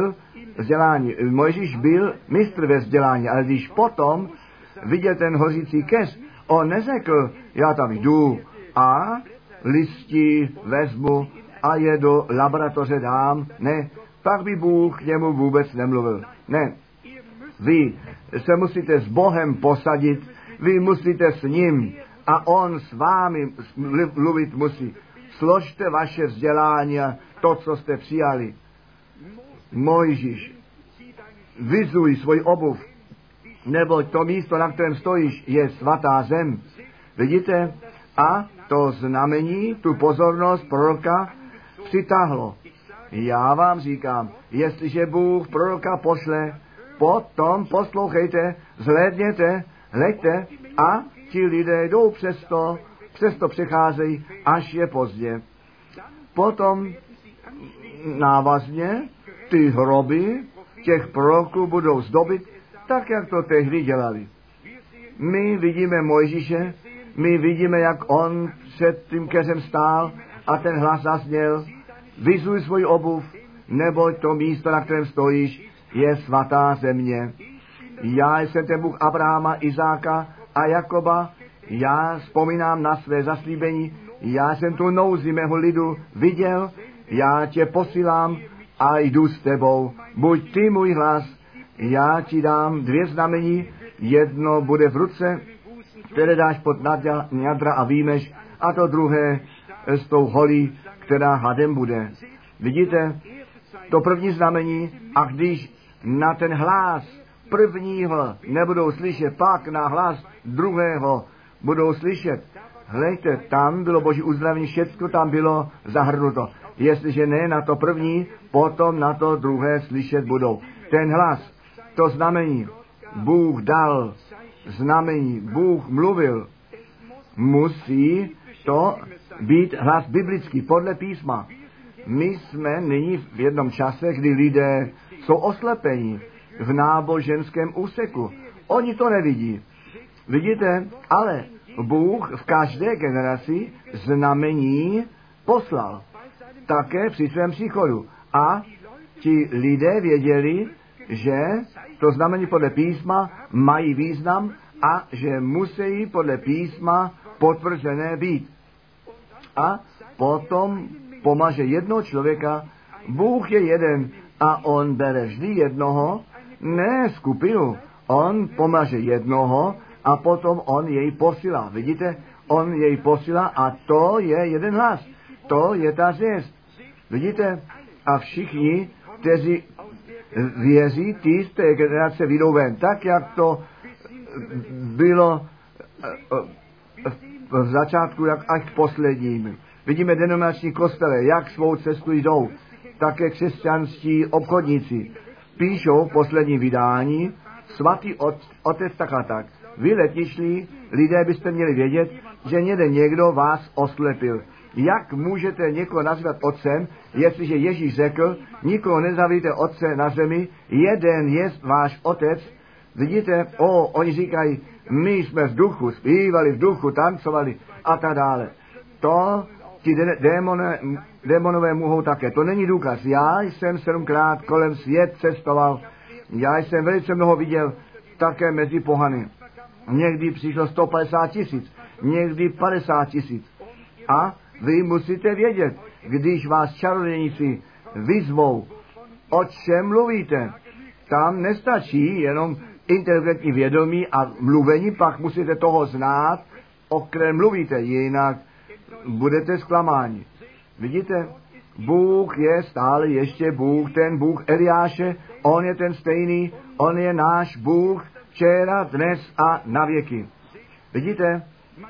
byl mistr ve vzdělání, ale když potom viděl ten hořící keř, on neřekl, já tam jdu a listi vezmu a je do laboratoře dám. Ne, pak by Bůh k němu vůbec nemluvil. Ne, vy se musíte s Bohem posadit, vy musíte s ním a on s vámi mluvit musí. Složte vaše vzdělání a to, co jste přijali. Mojžíš, vyzuj svůj obuv, neboť to místo, na kterém stojíš, je svatá zem. Vidíte? A to znamení, tu pozornost proroka přitáhlo. Já vám říkám, jestliže Bůh proroka pošle, potom poslouchejte, zhlédněte, hleďte a ti lidé jdou přesto přecházejí, až je pozdě. Potom návazně ty hroby těch proroků budou zdobit, tak jak to tehdy dělali. My vidíme Mojžíše, my vidíme, jak on před tím keřem stál a ten hlas zazněl, vyzuj svůj obuv, neboť to místo, na kterém stojíš, je svatá země. Já jsem ten Bůh Abrahama, Izáka a Jakoba, já vzpomínám na své zaslíbení, já jsem tu nouzi mého lidu viděl, já tě posílám a jdu s tebou. Buď ty můj hlas, já ti dám 2 znamení, jedno bude v ruce, které dáš pod jadra a výjmeš, a to druhé s tou holí, která hadem bude. Vidíte, to první znamení, a když na ten hlas prvního nebudou slyšet, pak na hlas druhého budou slyšet. Hleďte, tam bylo Boží uzdravení, všecko tam bylo zahrnuto. Jestliže ne na to první, potom na to druhé slyšet budou. Ten hlas, to znamení, Bůh dal znamení, Bůh mluvil. Musí to být hlas biblický, podle písma. My jsme nyní v jednom čase, kdy lidé jsou oslepení v náboženském úseku. Oni to nevidí. Vidíte, ale Bůh v každé generaci znamení poslal. Také při svém příchodu. A ti lidé věděli, že to znamení podle písma mají význam a že musí podle písma potvrzené být. A potom pomaže jednoho člověka, Bůh je jeden a on bere vždy jednoho, ne skupinu, on pomaže jednoho a potom on jej posílá. Vidíte, on jej posílá a to je jeden hlas, to je ta zvěst. Vidíte, a všichni, kteří věří, ty z té generace vyjdou ven, tak jak to bylo v začátku, jak až k posledním. Vidíme denominační kostele, jak svou cestu jdou. Také křesťanští obchodníci píšou v posledním vydání, svatý otec tak a tak. Vy letišní lidé byste měli vědět, že někdo vás oslepil. Jak můžete někoho nazvat otcem, jestliže Ježíš řekl, nikoho nezavíte otce na zemi, jeden je váš otec. Vidíte, oni říkají, my jsme v duchu, zpívali v duchu, tancovali a tak dále. To ti démonové mohou také. To není důkaz. Já jsem 7krát kolem svět cestoval. Já jsem velice mnoho viděl také mezi pohany. Někdy přišlo 150 000, někdy 50 000. A vy musíte vědět, když vás čarodějníci vyzvou, o čem mluvíte. Tam nestačí jenom inteligentní vědomí a mluvení, pak musíte toho znát, o kterém mluvíte, jinak budete zklamáni. Vidíte, Bůh je stále ještě Bůh, ten Bůh Eliáše, on je ten stejný, on je náš Bůh včera, dnes a na věky. Vidíte,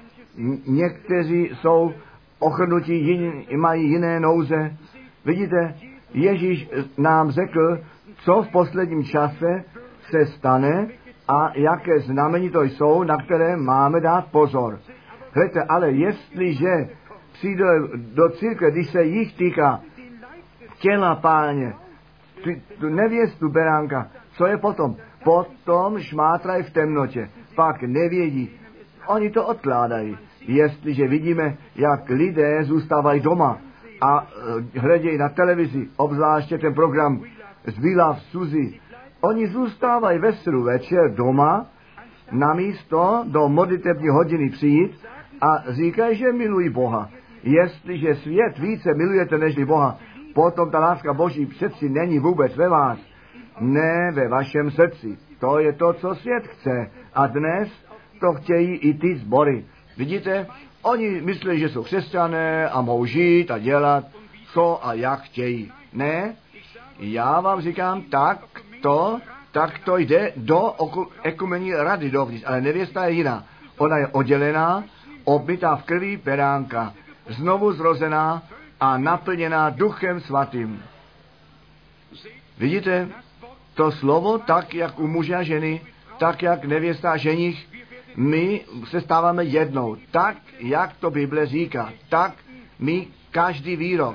někteří jsou ochrnutí, mají jiné nouze. Vidíte, Ježíš nám řekl, co v posledním čase se stane a jaké znamení to jsou, na které máme dát pozor. Hledajte, ale jestliže přijde do církve, když se jich týká těla Páně, tu nevěstu beránka, co je potom? Potom šmátrají v temnotě, pak nevědí. Oni to odkládají. Jestliže vidíme, jak lidé zůstávají doma a hledějí na televizi, obzvláště ten program Zbývá v Suzi, oni zůstávají ve středu večer doma, namísto do modlitební hodiny přijít a říkají, že milují Boha. Jestliže svět více milujete nežli Boha, potom ta láska Boží přeci není vůbec ve vás, ne ve vašem srdci. To je to, co svět chce. A dnes to chtějí i ty sbory. Vidíte, oni myslí, že jsou křesťané a mohou žít a dělat, co a jak chtějí. Ne, já vám říkám, tak to jde do ekumenní rady dovnitř, ale nevěsta je jiná. Ona je oddělená, obmytá v krví beránka, znovu zrozená a naplněná Duchem Svatým. Vidíte, to slovo, tak jak u muže a ženy, tak jak nevěsta a ženich, my se stáváme jednou. Tak, jak to Bible říká, tak my každý výrok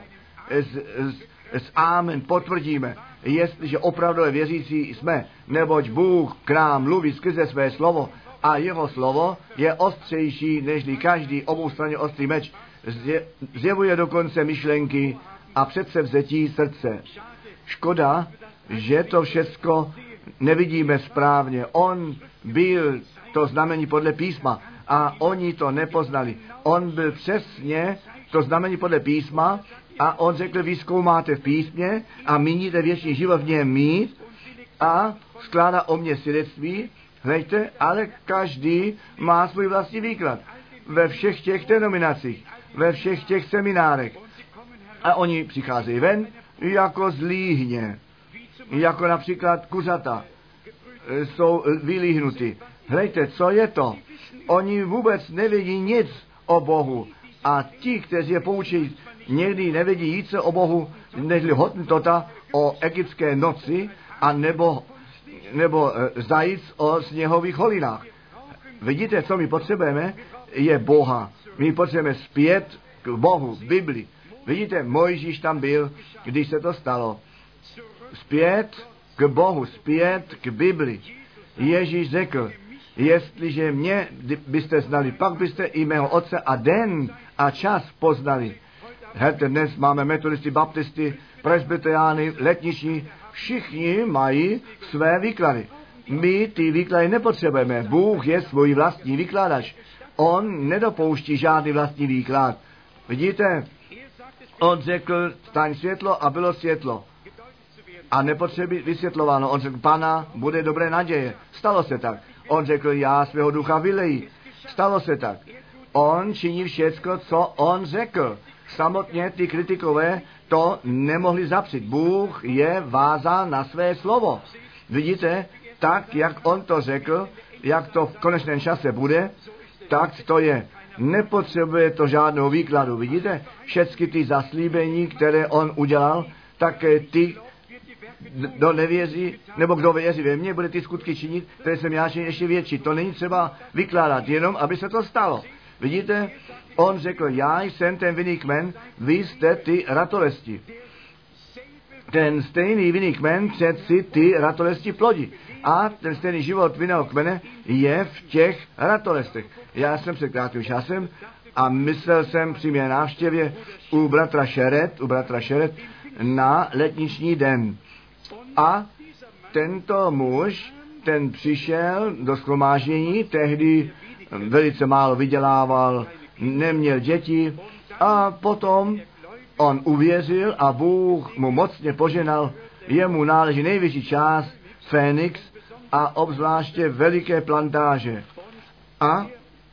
s amen potvrdíme, jestliže opravdu věřící jsme, neboť Bůh k nám mluví skrze své slovo a jeho slovo je ostřejší nežli každý oboustranně ostrý meč. Zjevuje dokonce myšlenky a předsevzetí srdce. Škoda, že to všecko nevidíme správně. On byl to znamení podle písma a oni to nepoznali. On byl přesně to znamení podle písma a on řekl, vy zkoumáte v písmě a míníte věčný život v něm mít a skládá o mě svědectví. Hleďte, ale každý má svůj vlastní výklad. Ve všech těch denominacích, ve všech těch seminárech. A oni přicházejí ven jako zlíhně, jako například kuřata jsou vylíhnuty. Hleďte, co je to? Oni vůbec nevědí nic o Bohu. A ti, kteří je poučí, někdy nevědí nic o Bohu, nežli hotentota o egyptské noci, a nebo zajíc o sněhových holinách. Vidíte, co my potřebujeme? Je Boha. My potřebujeme zpět k Bohu, v Bibli. Vidíte, Mojžíš tam byl, když se to stalo. Zpět k Bohu, zpět k Bibli. Ježíš řekl, jestliže mě byste znali, pak byste i mého otce a den a čas poznali. Hleďte, dnes máme metodisty, baptisty, presbyteriány, letniční, všichni mají své výklady. My ty výklady nepotřebujeme. Bůh je svůj vlastní výkladač. On nedopouští žádný vlastní výklad. Vidíte? On řekl, staň světlo a bylo světlo. A nepotřebuje vysvětlováno. On řekl, Pana, bude dobré naděje. Stalo se tak. On řekl, já svého ducha vyleji. Stalo se tak. On činí všecko, co on řekl. Samotně ty kritikové to nemohli zapřít. Bůh je vázán na své slovo. Vidíte, tak, jak on to řekl, jak to v konečném čase bude, tak to je. Nepotřebuje to žádnou výkladu. Vidíte, všechny ty zaslíbení, které on udělal, tak ty, kdo nevěří, nebo kdo věří ve mně, bude ty skutky činit, které jsem já činil ještě větší. To není třeba vykládat, jenom aby se to stalo. Vidíte, on řekl, já jsem ten vinný kmen, vy jste ty ratolesti. Ten stejný vinný kmen přeci ty ratolesti plodí. A ten stejný život vinného kmene je v těch ratolestech. Já jsem před krátkým časem a myslel jsem při mé návštěvě u bratra Šeret na letniční den. A tento muž, ten přišel do shromáždění, tehdy velice málo vydělával, neměl děti a potom on uvěřil a Bůh mu mocně poženal, jemu náleží nejvyšší část Fénix a obzvláště veliké plantáže. A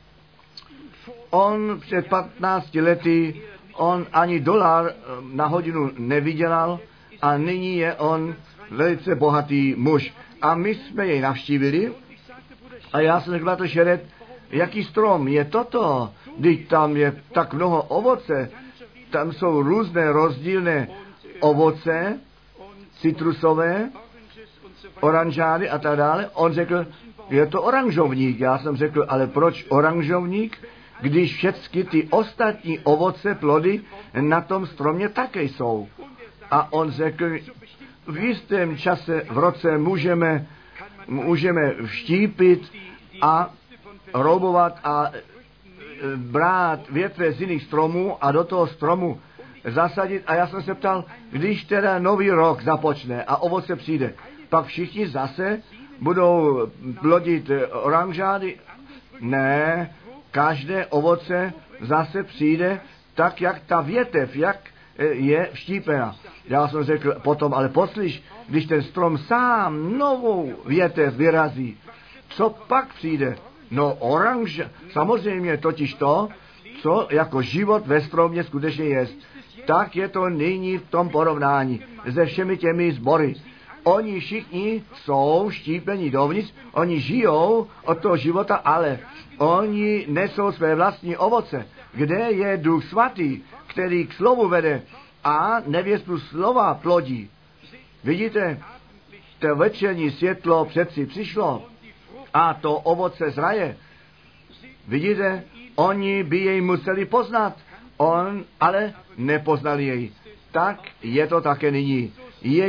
on před 15 lety, on ani $1 na hodinu nevydělal a nyní je on velice bohatý muž. A my jsme jej navštívili a já jsem řekl, to Šeret, jaký strom je toto? Vždyť tam je tak mnoho ovoce, tam jsou různé rozdílné ovoce, citrusové, oranžády a tak dále. On řekl, je to oranžovník. Já jsem řekl, ale proč oranžovník, když všechny ty ostatní ovoce, plody na tom stromě také jsou. A on řekl, v jistém čase v roce můžeme vštípit a roubovat a brát větve z jiných stromů a do toho stromu zasadit. A já jsem se ptal, když teda nový rok započne a ovoce přijde, pak všichni zase budou plodit oranžády? Ne, každé ovoce zase přijde tak, jak ta větev, jak je vštípena. Já jsem řekl potom, ale poslyš, když ten strom sám novou větev vyrazí, co pak přijde? No oranž, samozřejmě totiž to, co jako život ve stromě skutečně je. Tak je to nyní v tom porovnání se všemi těmi sbory. Oni všichni jsou štípení dovnitř, oni žijou od toho života, ale oni nesou své vlastní ovoce. Kde je Duch Svatý, který k slovu vede a nevěstu slova plodí? Vidíte, to večerní světlo přeci přišlo a to ovoce zraje. Vidíte, oni by jej museli poznat, on ale nepoznali jej. Tak je to také nyní.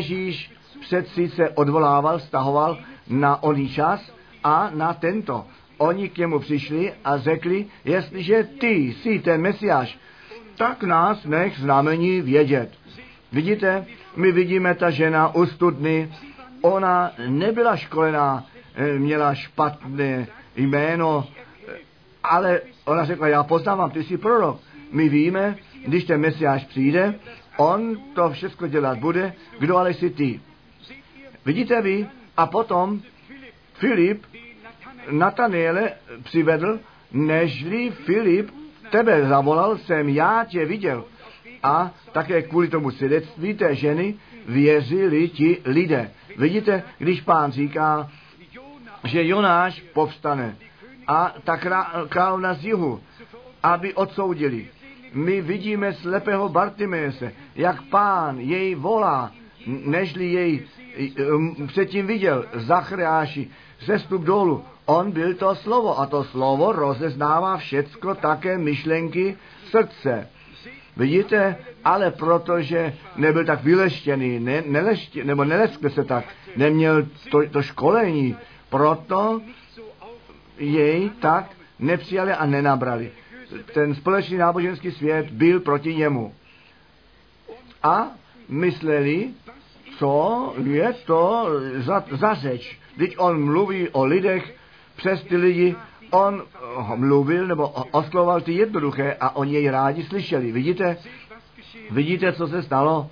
Ježíš přeci se odvolával, stahoval na oný čas a na tento. oni k němu přišli a řekli, jestliže ty jsi ten Mesiáš, tak nás nech znamení vědět. Vidíte, my vidíme ta žena u studny, ona nebyla školená, měla špatné jméno, ale ona řekla, já poznávám, ty jsi prorok. My víme, když ten Mesiáš přijde, on to všechno dělat bude, kdo ale jsi ty. Vidíte vy? A potom Filip Nataniele přivedl, nežli Filip tebe zavolal, jsem já tě viděl. A také kvůli tomu svědectví té ženy věřili ti lidé. Vidíte, když Pán říká, že Jonáš povstane a ta královna z jihu, aby odsoudili. My vidíme slepého Bartimeuse, jak Pán jej volá, nežli jej předtím viděl, Zachariáši, sestup dolů. On byl to slovo a to slovo rozeznává všecko, také myšlenky srdce. Vidíte, ale protože nebyl tak vyleštěný, neleskl se tak, neměl to školení, proto jej tak nepřijali a nenabrali. Ten společný náboženský svět byl proti němu. A mysleli, co je to za řeč. Když on mluví o lidech, přes ty lidi, on mluvil nebo oslovoval ty jednoduché a oni jej rádi slyšeli. Vidíte, co se stalo?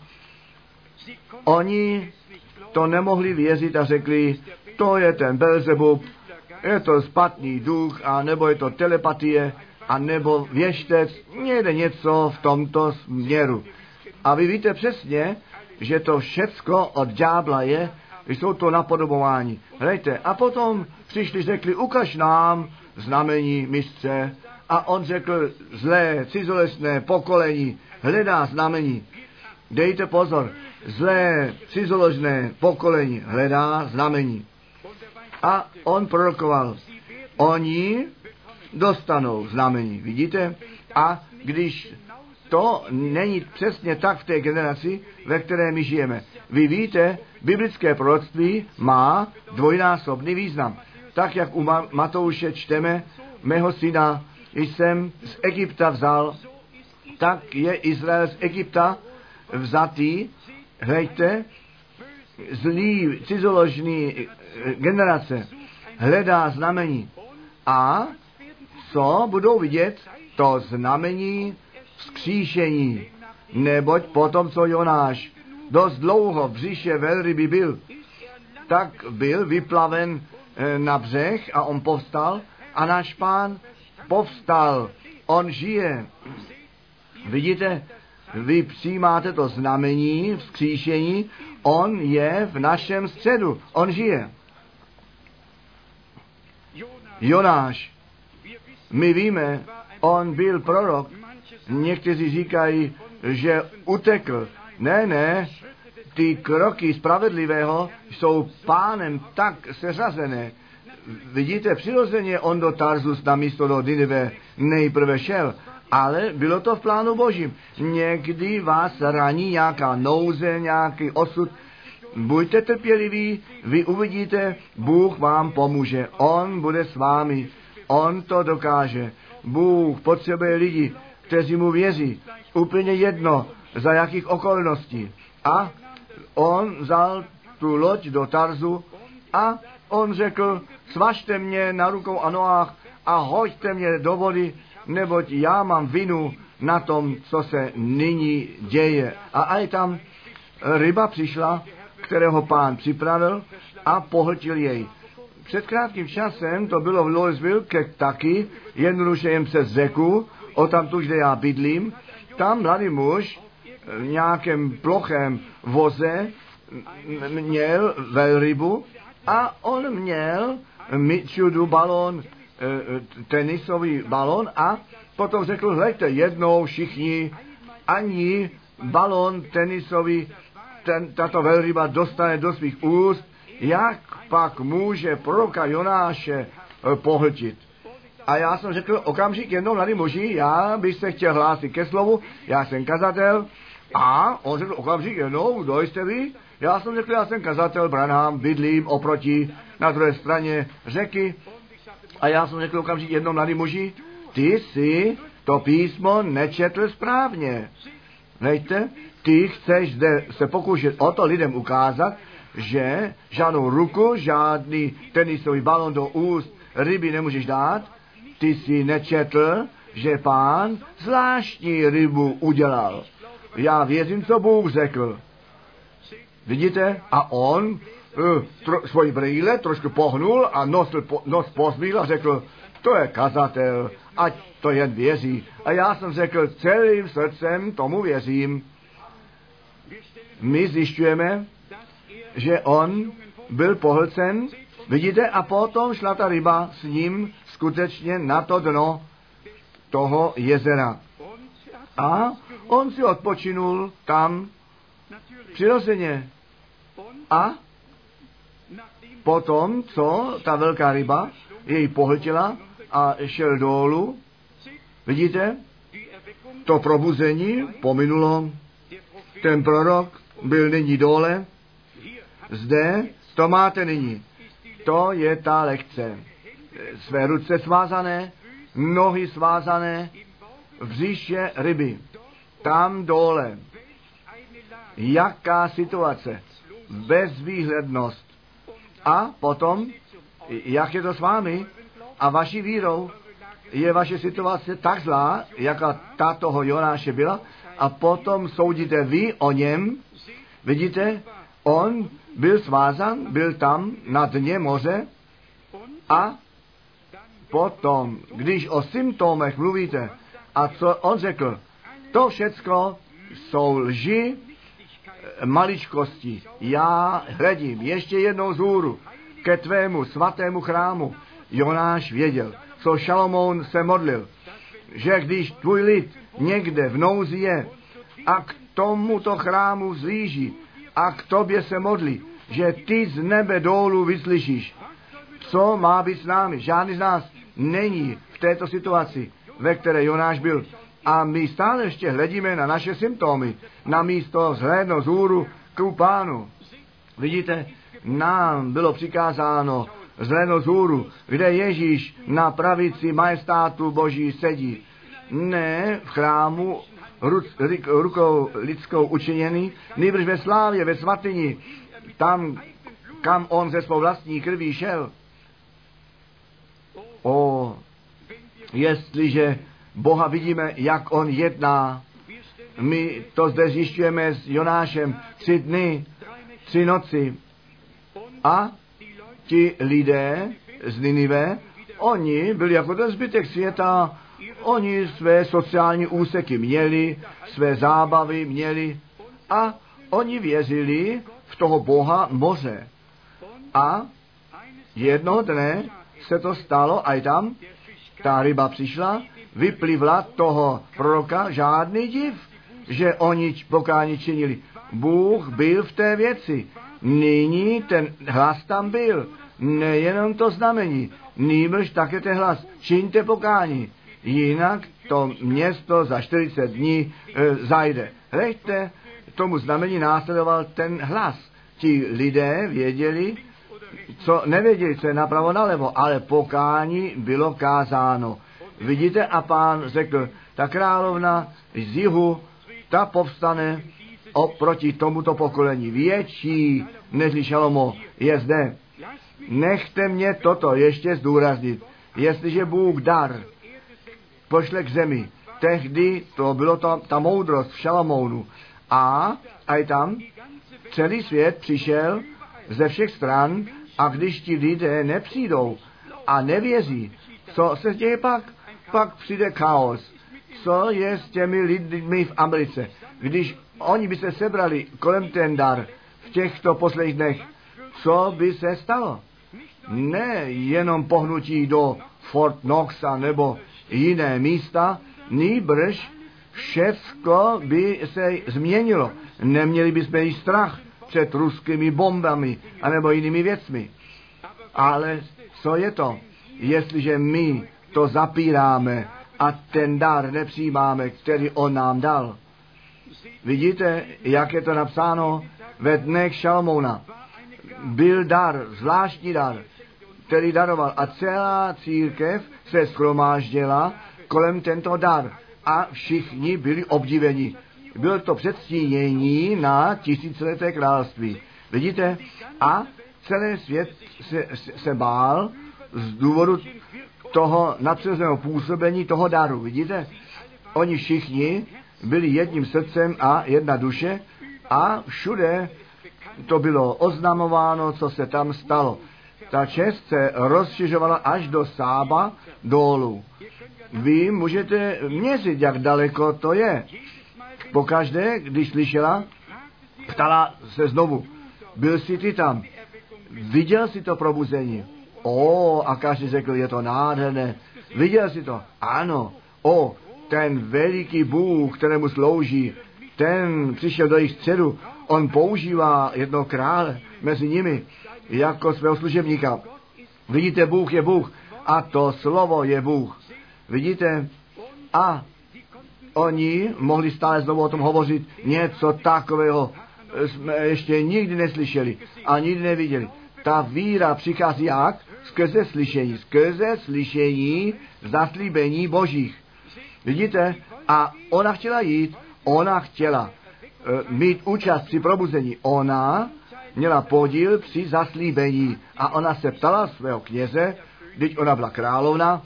Oni to nemohli věřit a řekli, to je ten Belzebub, je to špatný duch, a nebo je to telepatie, a nebo věštec, někde něco v tomto směru. A vy víte přesně, že to všecko od ďábla je, jsou to napodobování. Hlejte, a potom přišli, řekli, ukaž nám znamení mistře. A on řekl, zlé, cizolesné pokolení hledá znamení. Dejte pozor, zlé, cizoložné pokolení hledá znamení. A on prorokoval, oni dostanou znamení, vidíte? A když to není přesně tak v té generaci, ve které my žijeme. Vy víte, biblické proroctví má dvojnásobný význam. Tak, jak u Matouše čteme, mého syna jsem z Egypta vzal, tak je Izrael z Egypta vzatý, hlejte, zlý, cizoložný generace hledá znamení. A co budou vidět? To znamení vzkříšení. Neboť potom, co Jonáš dost dlouho v břiše velryby byl, tak byl vyplaven na břeh a on povstal a náš Pán povstal. On žije. Vidíte, vy přijímáte to znamení vzkříšení, on je v našem středu, on žije. Jonáš, my víme, on byl prorok. Někteří říkají, že utekl. Ne, ty kroky spravedlivého jsou Pánem tak seřazené. Vidíte, přirozeně on do Tarzus na místo do Ninive nejprve šel, ale bylo to v plánu Božím. Někdy vás raní nějaká nouze, nějaký osud. Buďte trpěliví, vy uvidíte, Bůh vám pomůže. On bude s vámi, on to dokáže. Bůh potřebuje lidi, kteří mu věří. Úplně jedno, za jakých okolností. A on vzal tu loď do Tarzu a on řekl, svažte mě na rukou a nohách a hoďte mě do vody, neboť já mám vinu na tom, co se nyní děje. A aj tam ryba přišla, kterého Pán připravil a pohltil jej. Před krátkým časem to bylo v Louisville, taky, jednoduše jen přes řeku, o tamtu, kde já bydlím, tam mladý muž v nějakém plochém voze měl velrybu a on měl Michudu balón, tenisový balón a potom řekl, hleďte, jednou všichni, ani balón tenisový, tato velryba dostane do svých úst, jak pak může proroka Jonáše pohltit. A já jsem řekl, okamžik jednou, mladý muži, já bych se chtěl hlásit ke slovu, já jsem kazatel. A on řekl, okamžik jednou, kdo jste vy? Já jsem řekl, já jsem kazatel Branham, bydlím oproti, na druhé straně řeky. A já jsem řekl okamžitě jednou mladý muži, ty jsi to písmo nečetl správně. Hejte, ty chceš zde se pokoušet o to lidem ukázat, že žádnou ruku, žádný tenisový balon do úst ryby nemůžeš dát. Ty jsi nečetl, že Pán zvláštní rybu udělal. Já věřím, co Bůh řekl. Vidíte? A on svoji brýle trošku pohnul a nos pozbíl a řekl, to je kazatel, ať to jen věří. A já jsem řekl, celým srdcem tomu věřím. My zjišťujeme, že on byl pohlcen, vidíte, a potom šla ta ryba s ním skutečně na to dno toho jezera. A on si odpočinul tam přirozeně. A potom, co ta velká ryba jej pohltila a šel dolů, vidíte, to probuzení pominulo, ten prorok byl nyní dole, zde to máte nyní. To je ta lekce. Své ruce svázané, nohy svázané, v břiše ryby. Tam dole. Jaká situace? Bezvýhlednost. A potom, jak je to s vámi a vaší vírou, je vaše situace tak zlá, jaká ta toho Jonáše byla, a potom soudíte vy o něm, vidíte, on byl svázan, byl tam na dně moře a potom, když o symptomech mluvíte, a co on řekl, to všecko jsou lži, maličkosti. Já hledím ještě jednou vzhůru ke tvému svatému chrámu. Jonáš věděl, co Šalomoun se modlil, že když tvůj lid někde v nouzi je a k tomuto chrámu vzlíží a k tobě se modlí, že ty z nebe dolů vyslyšíš. Co má být s námi? Žádný z nás není v této situaci, ve které Jonáš byl. A my stále ještě hledíme na naše symptomy, na místo vzhlédnout vzhůru k Pánu. Vidíte, nám bylo přikázáno vzhlédnout vzhůru, kde Ježíš na pravici majestátu Boží sedí. Ne v chrámu rukou lidskou učiněný, nýbrž ve slávě, ve svatyni, tam, kam on ze svou vlastní krví šel. Jestliže Boha vidíme, jak on jedná, my to zde zjišťujeme s Jonášem 3 dny, 3 noci. A ti lidé z Ninive, oni byli jako ten zbytek světa, oni své sociální úseky měli, své zábavy měli a oni věřili v toho Boha moře. A jednoho dne se to stalo, a i tam ta ryba přišla, vyplivla toho proroka, žádný div, že oni pokání činili. Bůh byl v té věci. Nyní ten hlas tam byl. Nejenom to znamení, nýbrž také ten hlas. Čiňte pokání, jinak to město za 40 dní zajde. Hleďte, tomu znamení následoval ten hlas. Ti lidé věděli, co nevěděli, co je napravo nalevo, ale pokání bylo kázáno. Vidíte, a Pán řekl, ta královna z jihu, ta povstane oproti tomuto pokolení. Větší než Šalomo je zde. Nechte mě toto ještě zdůraznit. Jestliže Bůh dar pošle k zemi, tehdy to bylo ta moudrost v Šalamounu. A i tam celý svět přišel ze všech stran, a když ti lidé nepřijdou a nevěří, co se děje pak? Pak přijde chaos. Co je s těmi lidmi v Americe? Když oni by se sebrali kolem ten dar v těchto posledních dnech, co by se stalo? Ne jenom pohnutí do Fort Knoxa nebo jiné místa, nýbrž všecko by se změnilo. Neměli bychom jí strach před ruskými bombami anebo jinými věcmi. Ale co je to, jestliže my to zapíráme a ten dar nepřijímáme, který on nám dal? Vidíte, jak je to napsáno ve dnech Šalomouna. Byl dar, zvláštní dar, který daroval. A celá církev se shromáždila kolem tento dar. A všichni byli obdiveni. Bylo to předstínění na tisícileté království. Vidíte? A celý svět se bál z důvodu toho nadpřirozeného působení toho daru. Vidíte? Oni všichni byli jedním srdcem a jedna duše a všude to bylo oznamováno, co se tam stalo. Ta čest se rozšiřovala až do Sába dolů. Vy můžete měřit, jak daleko to je. Pokaždé, když slyšela, ptala se znovu, byl jsi ty tam? Viděl jsi to probuzení? A každý řekl, je to nádherné. Viděl jsi to? Ano. Ten veliký Bůh, kterému slouží, ten přišel do jejich středu. On používá jednoho krále mezi nimi jako svého služebníka. Vidíte, Bůh je Bůh a to slovo je Bůh. Vidíte? A oni mohli stále znovu o tom hovořit. Něco takového jsme ještě nikdy neslyšeli a nikdy neviděli. Ta víra přichází jak? Skrze slyšení. Skrze slyšení zaslíbení Božích. Vidíte? A ona chtěla jít, ona chtěla mít účast při probuzení. Ona měla podíl při zaslíbení. A ona se ptala svého kněze, když ona byla královna,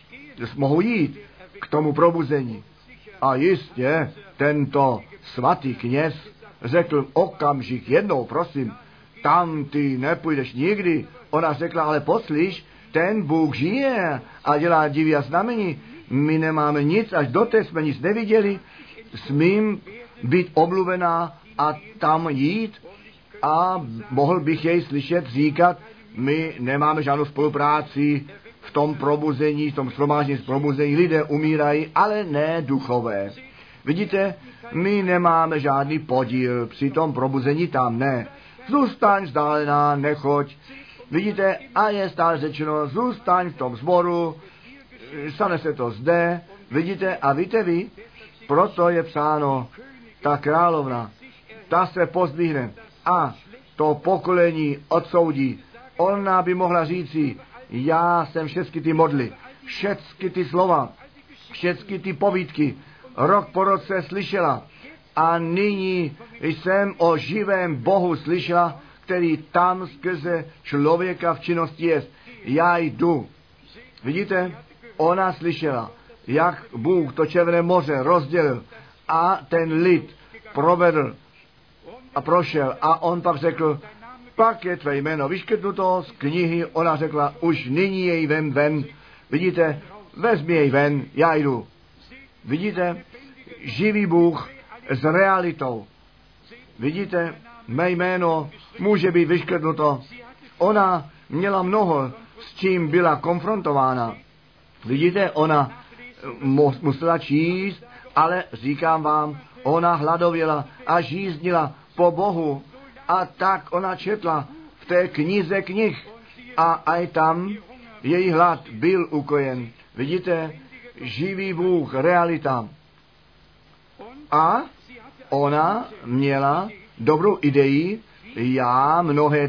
mohu jít k tomu probuzení. A jistě, tento svatý kněz řekl okamžik, jednou, prosím, tam ty nepůjdeš nikdy. Ona řekla, ale poslyš, ten Bůh žije a dělá divy a znamení. My nemáme nic, až doteď jsme nic neviděli. Smím být omluvená a tam jít a mohl bych jej slyšet říkat, my nemáme žádnou spolupráci v tom probuzení, v tom shromáždění probuzení. Lidé umírají, ale ne duchové. Vidíte, my nemáme žádný podíl při tom probuzení, tam ne. Zůstaň vzdálená, nechoď. Vidíte, a je stále řečeno, zůstaň v tom sboru, stane se to zde, vidíte, a víte vy, proto je psáno, ta královna, ta se pozdvihne a to pokolení odsoudí. Ona by mohla říci, já jsem všechny ty modly, všechny ty slova, všechny ty povídky, rok po roce slyšela a nyní jsem o živém Bohu slyšela, který tam skrze člověka v činnosti je. Já jdu. Vidíte, ona slyšela, jak Bůh to Červené moře rozdělil a ten lid provedl a prošel. A on pak řekl, pak je tvé jméno vyškrtnuto z knihy. Ona řekla, už nyní jej vem ven. Vidíte, vezmi jej ven, já jdu. Vidíte, živý Bůh s realitou. Vidíte, mé jméno může být vyškrtnuto. Ona měla mnoho, s čím byla konfrontována. Vidíte, ona musela číst, ale říkám vám, ona hladověla a žíznila po Bohu. A tak ona četla v té knize knih. A aj tam její hlad byl ukojen. Vidíte, živý Bůh, realita. A ona měla dobrou idei, já mnohé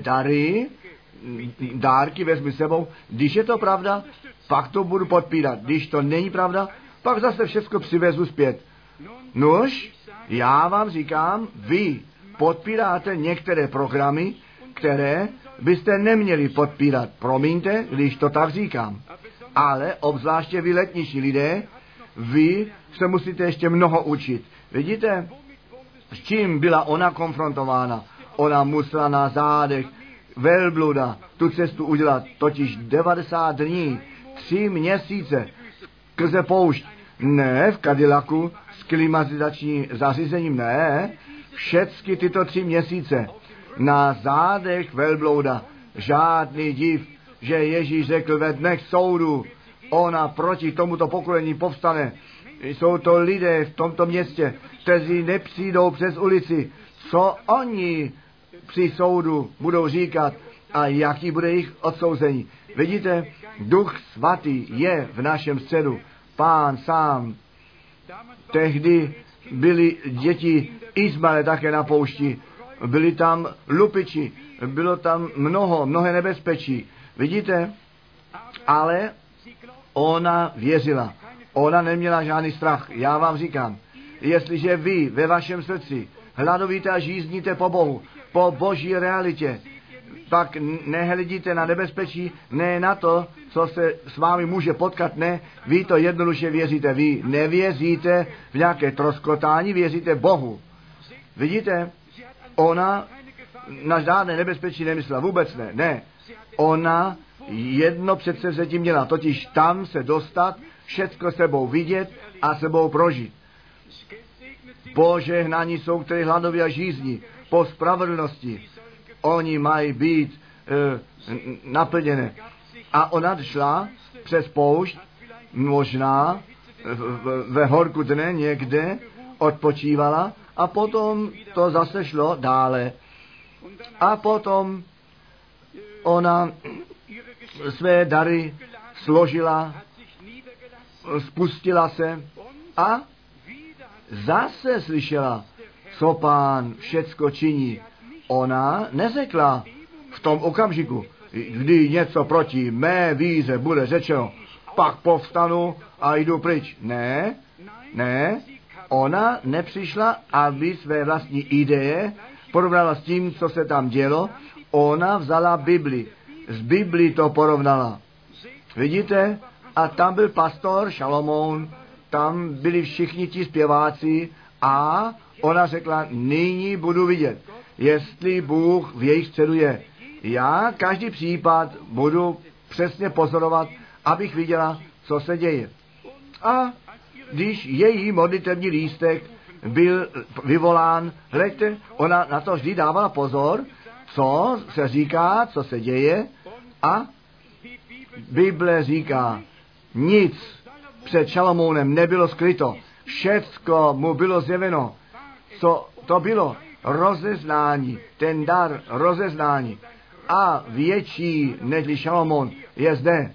dárky vezmu sebou. Když je to pravda, pak to budu podpírat. Když to není pravda, pak zase všechno přivezu zpět. Nož, já vám říkám, vy podpíráte některé programy, které byste neměli podpírat. Promiňte, když to tak říkám. Ale obzvláště vy letnější lidé, vy se musíte ještě mnoho učit. Vidíte, s čím byla ona konfrontována? Ona musela na zádech velbluda tu cestu udělat, totiž 90 dní, 3 měsíce, skrze poušť. Ne v Cadillacu s klimatizačním zařízením, ne. Všechny tyto 3 měsíce na zádech velblouda. Žádný div, že Ježíš řekl ve dnech soudu, ona proti tomuto pokolení povstane. Jsou to lidé v tomto městě, kteří nepřijdou přes ulici. Co oni při soudu budou říkat a jaký bude jejich odsouzení. Vidíte, Duch Svatý je v našem středu. Pán sám. Tehdy byly děti Izmaele také na poušti. Byli tam lupiči. Bylo tam mnohé nebezpečí. Vidíte, ale ona věřila. Ona neměla žádný strach. Já vám říkám, jestliže vy ve vašem srdci hladovíte a žízníte po Bohu, po boží realitě, pak nehledíte na nebezpečí, ne na to, co se s vámi může potkat, ne, vy to jednoduše věříte, vy nevěříte v nějaké troskotání, věříte Bohu. Vidíte, ona na žádné nebezpečí nemyslela, vůbec ne. Ona jedno předsevzetí měla, totiž tam se dostat, všecko sebou vidět a sebou prožít. Požehnaní jsou, kteří hladoví a žízní po spravedlnosti. Oni mají být naplněné. A ona šla přes poušť, možná ve horku dne někde odpočívala a potom to zase šlo dále. A potom ona své dary složila, spustila se a zase slyšela, co Pán všecko činí. Ona neřekla v tom okamžiku, kdy něco proti mé víře bude řečeno, pak povstanu a jdu pryč. Ne, ona nepřišla, aby své vlastní ideje porovnala s tím, co se tam dělo. Ona vzala Bibli. Z Bibli to porovnala. Vidíte? A tam byl pastor Šalomoun, tam byli všichni ti zpěváci a ona řekla, nyní budu vidět, jestli Bůh v jejich středu je. Já každý případ budu přesně pozorovat, abych viděla, co se děje. A když její modlitevní lístek byl vyvolán, hleďte, ona na to vždy dávala pozor, co se říká, co se děje, a Bible říká, nic před Šalomounem nebylo skryto, všecko mu bylo zjeveno. Co to bylo? Rozeznání, ten dar rozeznání. A větší než Šalomoun je zde.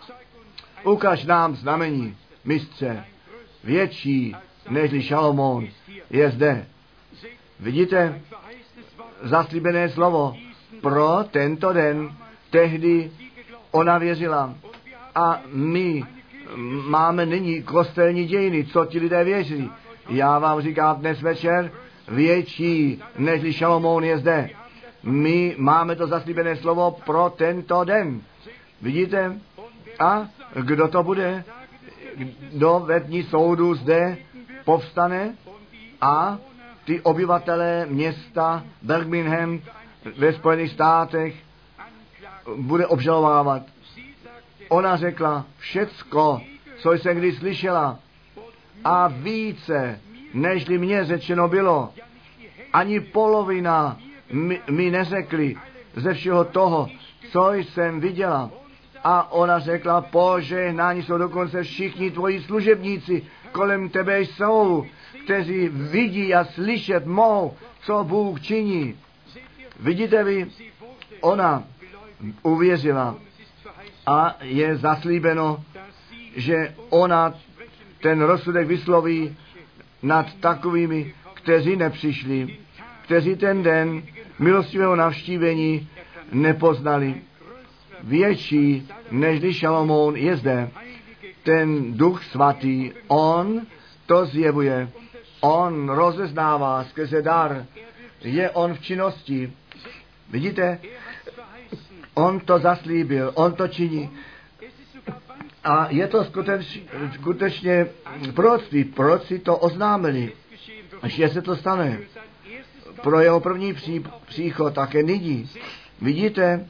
Ukaž nám znamení, mistře. Větší než Šalomoun je zde. Vidíte? Zaslíbené slovo pro tento den. Tehdy ona věřila. A my máme nyní kostelní dějiny, co ti lidé věří. Já vám říkám dnes večer, větší než Šalomoun je zde. My máme to zaslíbené slovo pro tento den. Vidíte? A kdo to bude? Kdo ve dní soudu zde povstane a ty obyvatelé města Birmingham ve Spojených státech bude obžalovávat. Ona řekla, všecko, co jsem kdy slyšela, a více, nežli mně řečeno bylo, ani polovina mi neřekli ze všeho toho, co jsem viděla. A ona řekla, požehnání jsou dokonce všichni tvoji služebníci, kolem tebe jsou, kteří vidí a slyšet mohou, co Bůh činí. Vidíte vy, ona uvěřila a je zaslíbeno, že ona ten rozsudek vysloví nad takovými, kteří nepřišli, kteří ten den milostivého navštívení nepoznali. Větší nežli Šalomoun je zde. Ten Duch Svatý, on to zjevuje, on rozeznává skrze dar, je on v činnosti. Vidíte? On to zaslíbil, on to činí. A je to skutečně proroctví. Proroci to oznámili, že se to stane. Pro jeho první příchod také nyní. Vidíte?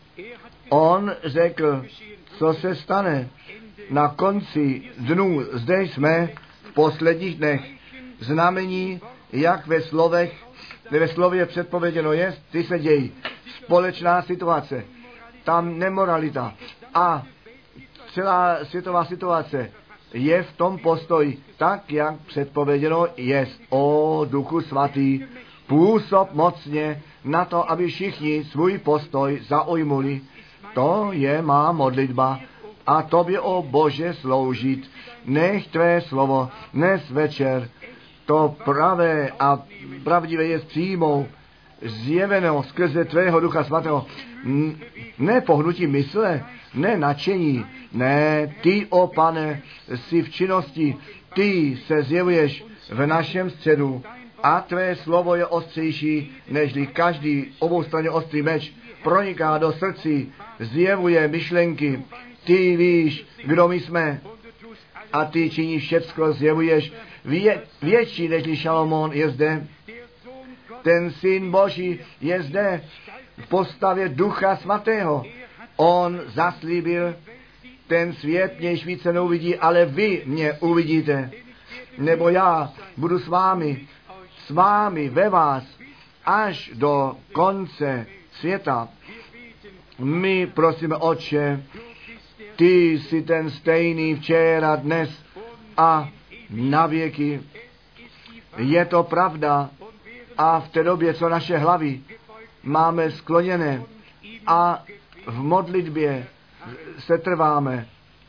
On řekl, co se stane na konci dnů. Zde jsme v posledních dnech. Znamení, jak ve slově předpověděno je, ty se dějí. Společná situace, tam nemoralita a celá světová situace je v tom postoji, tak jak předpověděno je. O Duchu Svatý, působ mocně na to, aby všichni svůj postoj zaujmuli. To je má modlitba a tobě, o Bože, sloužit. Nech tvé slovo dnes večer to pravé a pravdivé je přijmou zjeveno skrze tvého Ducha Svatého. Ne pohnutí mysle, ne nadšení, ne, ty, o Pane, jsi v činnosti, ty se zjevuješ v našem středu a tvé slovo je ostřejší, nežli každý oboustranně ostrý meč, proniká do srdcí, zjevuje myšlenky, ty víš, kdo my jsme a ty činíš všecko, zjevuješ větší, nežli Šalomón je zde. Ten Syn Boží je zde v postavě Ducha Svatého. On zaslíbil, ten svět mě již více neuvidí, ale vy mě uvidíte. Nebo já budu s vámi, ve vás, až do konce světa. My prosíme, Otče, ty jsi ten stejný včera, dnes a na věky. Je to pravda a v té době, co naše hlavy máme skloněné a v modlitbě se trváme,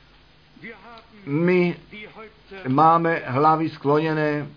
my máme hlavy skloněné.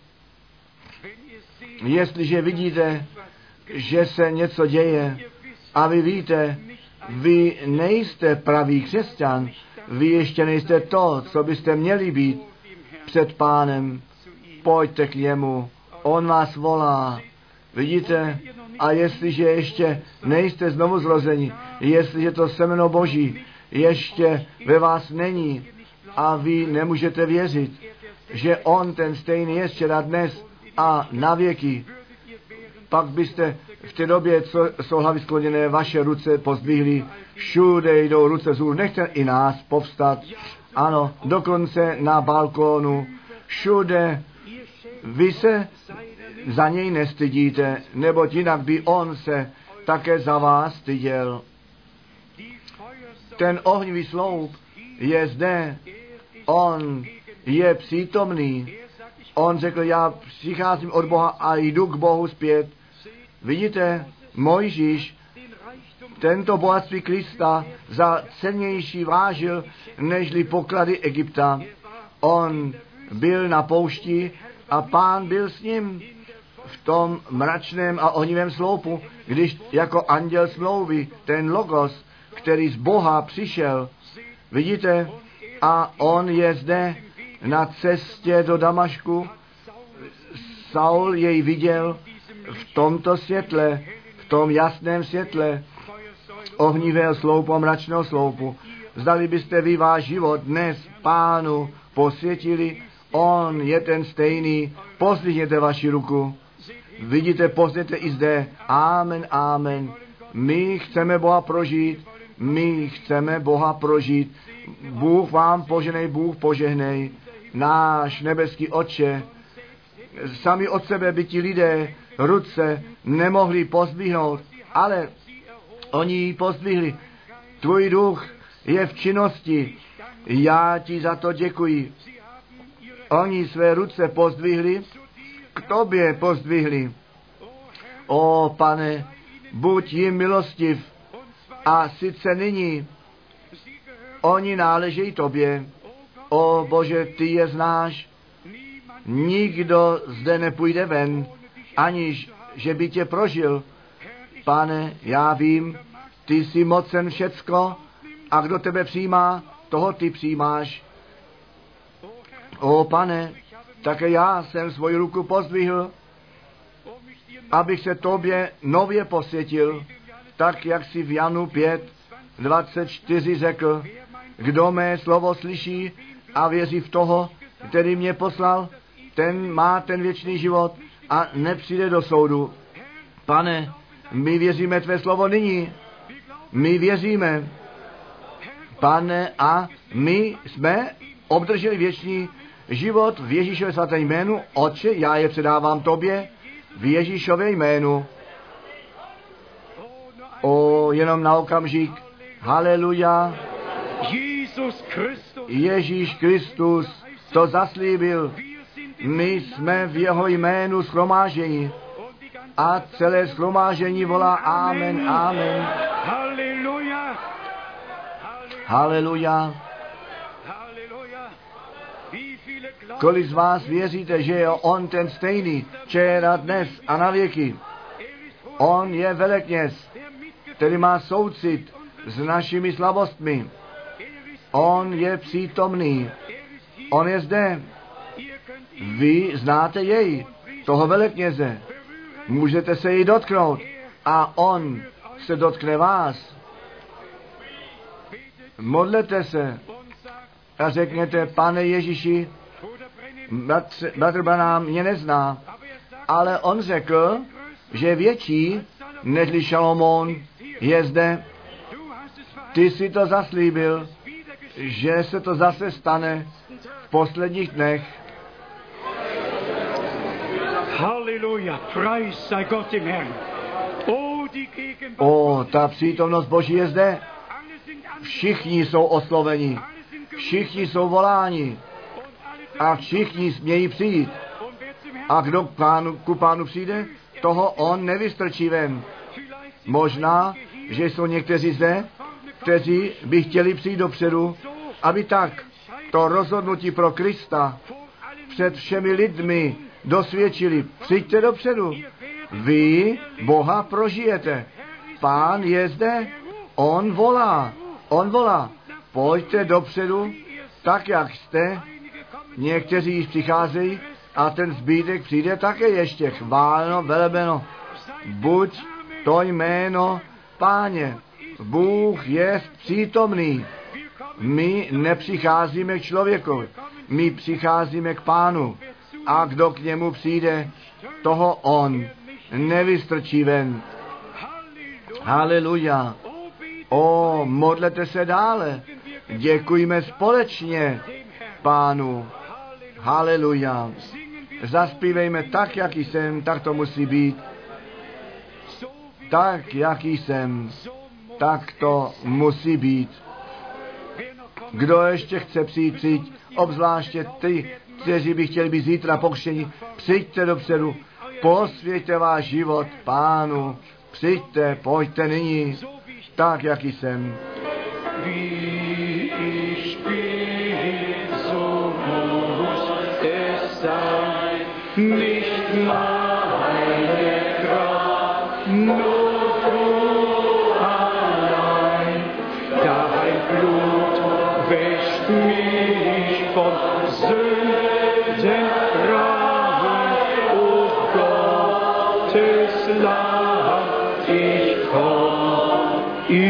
Jestliže vidíte, že se něco děje a vy víte, vy nejste pravý křesťan, vy ještě nejste to, co byste měli být před Pánem, pojďte k němu, on vás volá. Vidíte? A jestliže ještě nejste znovu zrozeni, jestliže to semeno Boží ještě ve vás není a vy nemůžete věřit, že on ten stejný je včera, dnes a na věky, pak byste v té době, co jsou hlavy skloněné, vaše ruce pozdvihly, všude jdou ruce vzhůru, nechte i nás povstat, ano, dokonce na balkónu, všude, vy se za něj nestydíte, neboť jinak by on se také za vás styděl. Ten ohnivý sloup je zde, on je přítomný. On řekl, já přicházím od Boha a jdu k Bohu zpět. Vidíte, Mojžíš tento bohatství Krista za cennější vážil, nežli poklady Egypta. On byl na poušti a Pán byl s ním v tom mračném a ohnivém sloupu, když jako anděl smlouvy, ten Logos, který z Boha přišel, vidíte, a on je zde na cestě do Damašku. Saul jej viděl v tomto světle, v tom jasném světle ohnivého sloupu a mračného sloupu. Zdali byste vy váš život dnes Pánu posvětili, on je ten stejný, pozdvihněte vaši ruku. Vidíte, pozdvihněte i zde. Amen, amen. My chceme Boha prožít, my chceme Boha prožít. Bůh vám poženej, Bůh požehnej. Náš nebeský Otče, sami od sebe by ti lidé ruce nemohli pozdvihnout, ale oni ji pozdvihli. Tvůj duch je v činnosti. Já ti za to děkuji. Oni své ruce pozdvihli, k tobě pozdvihli. O Pane, buď jim milostiv. A sice nyní oni náležejí tobě. O Bože, ty je znáš. Nikdo zde nepůjde ven, aniž že by tě prožil. Pane, já vím, ty jsi mocen všecko a kdo tebe přijímá, toho ty přijímáš. O Pane, také já jsem svoji ruku pozdvihl, abych se tobě nově posvětil, tak jak si v Janu 5:24 řekl, kdo mé slovo slyší a věří v toho, který mě poslal, ten má ten věčný život a nepřijde do soudu. Pane, my věříme tvé slovo nyní. My věříme, Pane, a my jsme obdrželi věčný život v Ježíšově svatém jménu. Otče, já je předávám tobě v Ježíšově jménu. O, jenom na okamžik. Haleluja. Ježíš Kristus to zaslíbil. My jsme v jeho jménu shromážděni. A celé shromáždění volá amen, amen. Haleluja. Haleluja. Kolik z vás věříte, že je on ten stejný, včera, dnes a na věky? On je velekněz, který má soucit s našimi slabostmi. On je přítomný. On je zde. Vy znáte jej, toho velekněze. Můžete se jej dotknout a on se dotkne vás. Modlete se a řekněte, Pane Ježíši, bratr Branham mě nezná, ale on řekl, že větší nežli Šalomón je zde. Ty si to zaslíbil, že se to zase stane v posledních dnech. Halleluja, preis sei Gott im Herrn. O, ta přítomnost Boží je zde. Všichni jsou osloveni, všichni jsou voláni a všichni smějí přijít. A kdo ku pánu přijde, toho on nevystrčí ven. Možná, že jsou někteří zde, kteří by chtěli přijít dopředu, aby tak to rozhodnutí pro Krista před všemi lidmi dosvědčili. Přijďte dopředu. Vy Boha prožijete. Pán je zde. On volá. On volá. Pojďte dopředu, tak jak jste. Někteří již přicházejí a ten zbýtek přijde také ještě. Chváleno, velebeno. Buď to jméno Páně. Bůh je přítomný. My nepřicházíme k člověku. My přicházíme k Pánu. A kdo k němu přijde, toho on nevystrčí ven. Haleluja. O, modlete se dále. Děkujme společně Pánu. Haleluja. Zaspívejme tak, jaký jsem, tak to musí být. Tak, jaký jsem, tak to musí být. Kdo ještě chce přijít, obzvláště ty, kteří by chtěli být zítra pokřtěni, přijďte dopředu, posvěťte váš život Pánu, přijďte, pojďte nyní, tak, jaký jsem. Nicht meine Kraft, nur du allein. Dein Blut wäscht mich von Sünden rein. O Gottes Lamm, ich komm.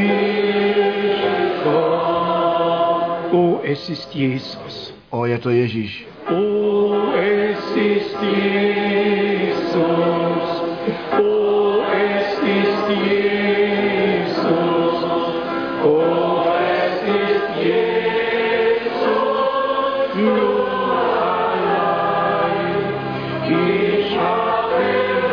O, es ist Jesus. O, je to Ježíš. O, es ist Jesus. O, es ist Jesus. O, es ist Jesus. Nur allein. Ich habe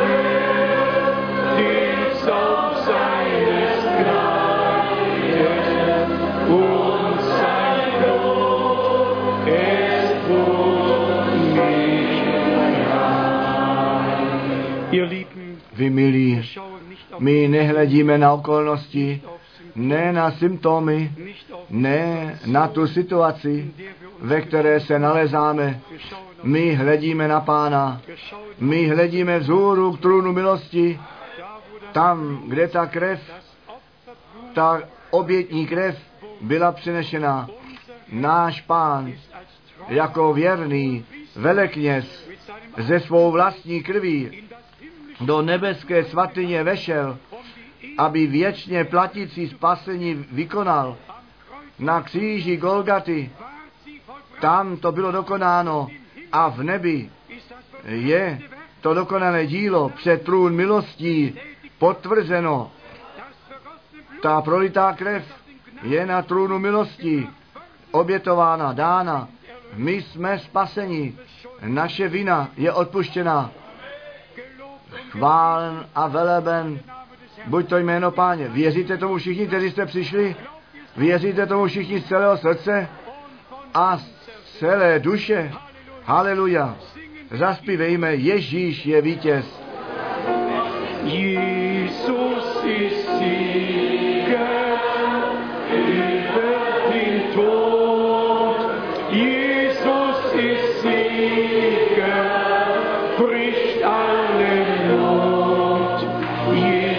den Saum seines Kleides und sein Blut, es tut mich rein. Ihr Lieben, Vy milí, wir schauen nicht auf my nehledíme na okolnosti, ne na symptomy, ne na tu situaci, ve které se nalezáme. My hledíme na Pána, my hledíme vzhůru k trůnu milosti, tam, kde ta krev, ta obětní krev byla přinešena. Náš Pán jako věrný velekněz ze svou vlastní krví do nebeské svatyně vešel, aby věčně platící spasení vykonal. Na kříži Golgaty, tam to bylo dokonáno a v nebi je to dokonané dílo před trůn milostí potvrzeno. Ta prolitá krev je na trůnu milostí obětována, dána. My jsme spaseni, naše vina je odpuštěna. Chválen a veleben, buď to jméno Páně. Věříte tomu všichni, kteří jste přišli? Věříte tomu všichni z celého srdce a z celé duše? Haleluja. Zaspívejme, Ježíš je vítěz. Jesus ist Sieger über den Tod. Jesus ist Sieger, bricht alle Not.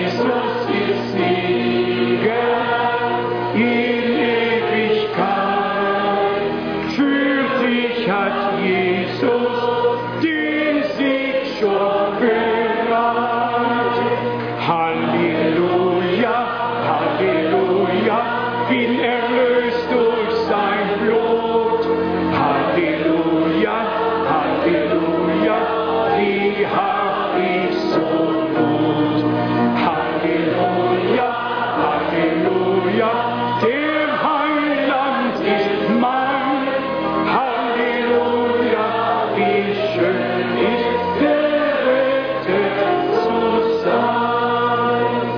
Halleluja, Halleluja, bin erlöst durch sein Blut. Halleluja, Halleluja, wie hab ich so gut. Halleluja, Halleluja, der Heiland ist mein. Halleluja, wie schön ist gerettet zu sein.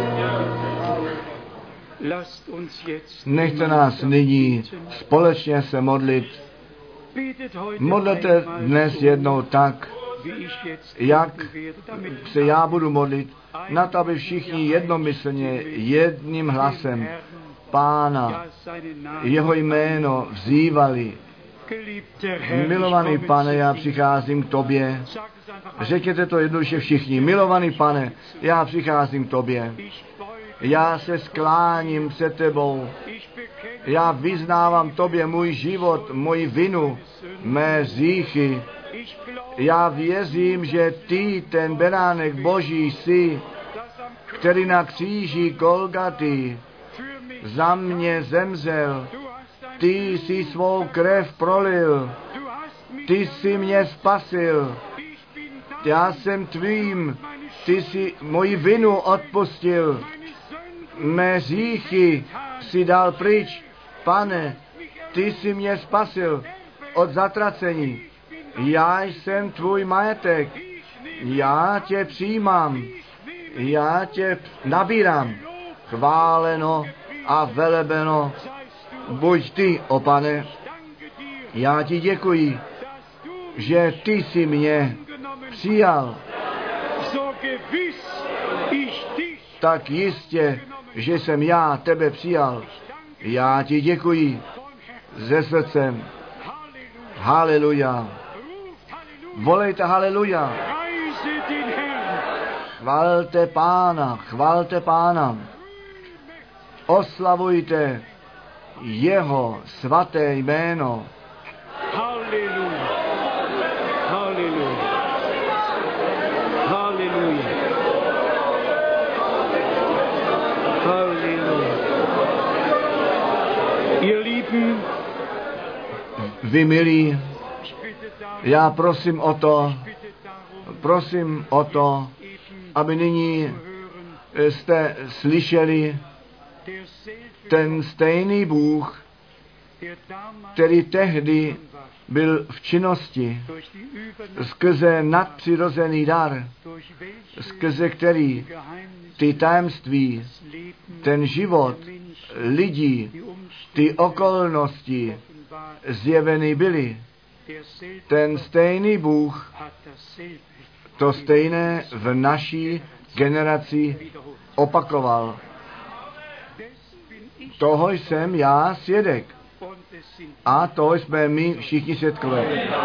Lasst uns jetzt Nechte nás nyní společně se modlit. Modlete dnes jednou tak, jak se já budu modlit, na to, aby všichni jednomyslně, jedním hlasem Pána, jeho jméno vzývali. Milovaný Pane, já přicházím k tobě. Řekněte to jednoduše všichni. Milovaný Pane, já přicházím k tobě. Já se skláním před tebou. Já vyznávám tobě můj život, moji vinu, mé hříchy. Já věřím, že ty, ten beránek Boží, jsi, který na kříži Golgaty za mě zemřel. Ty jsi svou krev prolil. Ty jsi mě spasil. Já jsem tvým. Ty jsi moji vinu odpustil. Mé hříchy si dal pryč. Pane, ty jsi mě spasil od zatracení. Já jsem tvůj majetek. Já tě přijímám. Já tě nabírám. Chváleno a velebeno buď ty, o Pane. Já ti děkuji, že ty jsi mě přijal. Tak jistě, že jsem já tebe přijal. Já ti děkuji ze srdcem. Haleluja. Volejte haleluja. Chvalte Pána, chvalte Pána. Oslavujte jeho svaté jméno. Halleluja. Halleluja. Halleluja. Halleluja. Ihr Lieben, Vy milí, já prosím o to, aby nyní jste slyšeli ten stejný Bůh, který tehdy byl v činnosti, skrze nadpřirozený dar, skrze který ty tajemství, ten život lidí, ty okolnosti zjeveny byly. Ten stejný Bůh to stejné v naší generaci opakoval. Toho jsem já svědek. A to jsme my všichni svědkové.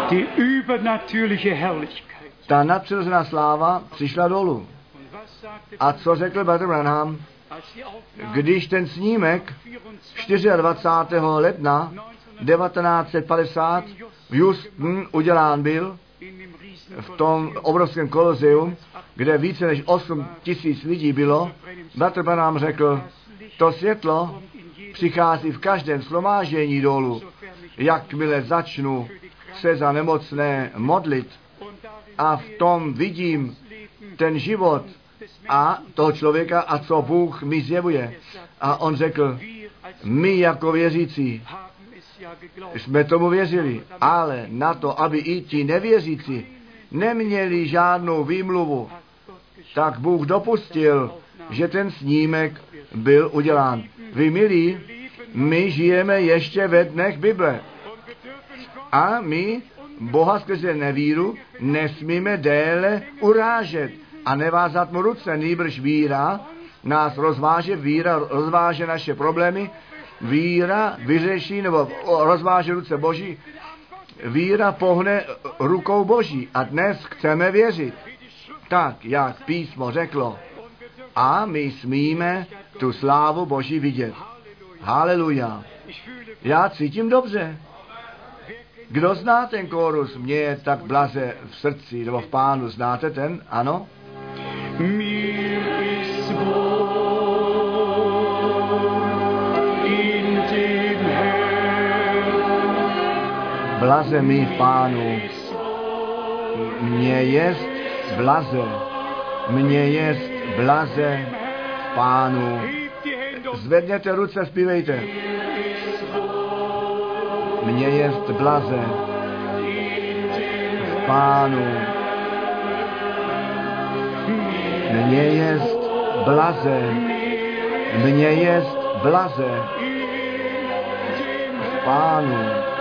Ta nadpřirozená sláva přišla dolů. A co řekl Brother Branham, když ten snímek 24. ledna 1950 v Houston udělán byl, v tom obrovském koloseum, kde více než 8 000 lidí bylo, Brother Branham řekl, to světlo přichází v každém shromáždění dolů, jakmile začnu se za nemocné modlit. A v tom vidím ten život a toho člověka a co Bůh mi zjevuje. A on řekl, my jako věřící jsme tomu věřili, ale na to, aby i ti nevěřící neměli žádnou výmluvu, tak Bůh dopustil, že ten snímek byl udělán. Vy milí, my žijeme ještě ve dnech Bible. A my Boha skrze nevíru nesmíme déle urážet a nevázat mu ruce, nýbrž víra nás rozváže, víra rozváže naše problémy, víra vyřeší nebo rozváže ruce Boží, víra pohne rukou Boží a dnes chceme věřit, tak jak písmo řeklo. A my smíme tu slávu Boží vidět. Haleluja. Já cítím dobře. Kdo zná ten kórus? Mě je tak blaze v srdci, nebo v Pánu. Znáte ten? Ano? Mir ist blaze mi v Pánu. Mně jest blaze, mně jest blaze v Pánu. Zvedněte ruce, zpívejte. Mně jest blaze v Pánu. Mně jest blaze, mně jest blaze v Pánu.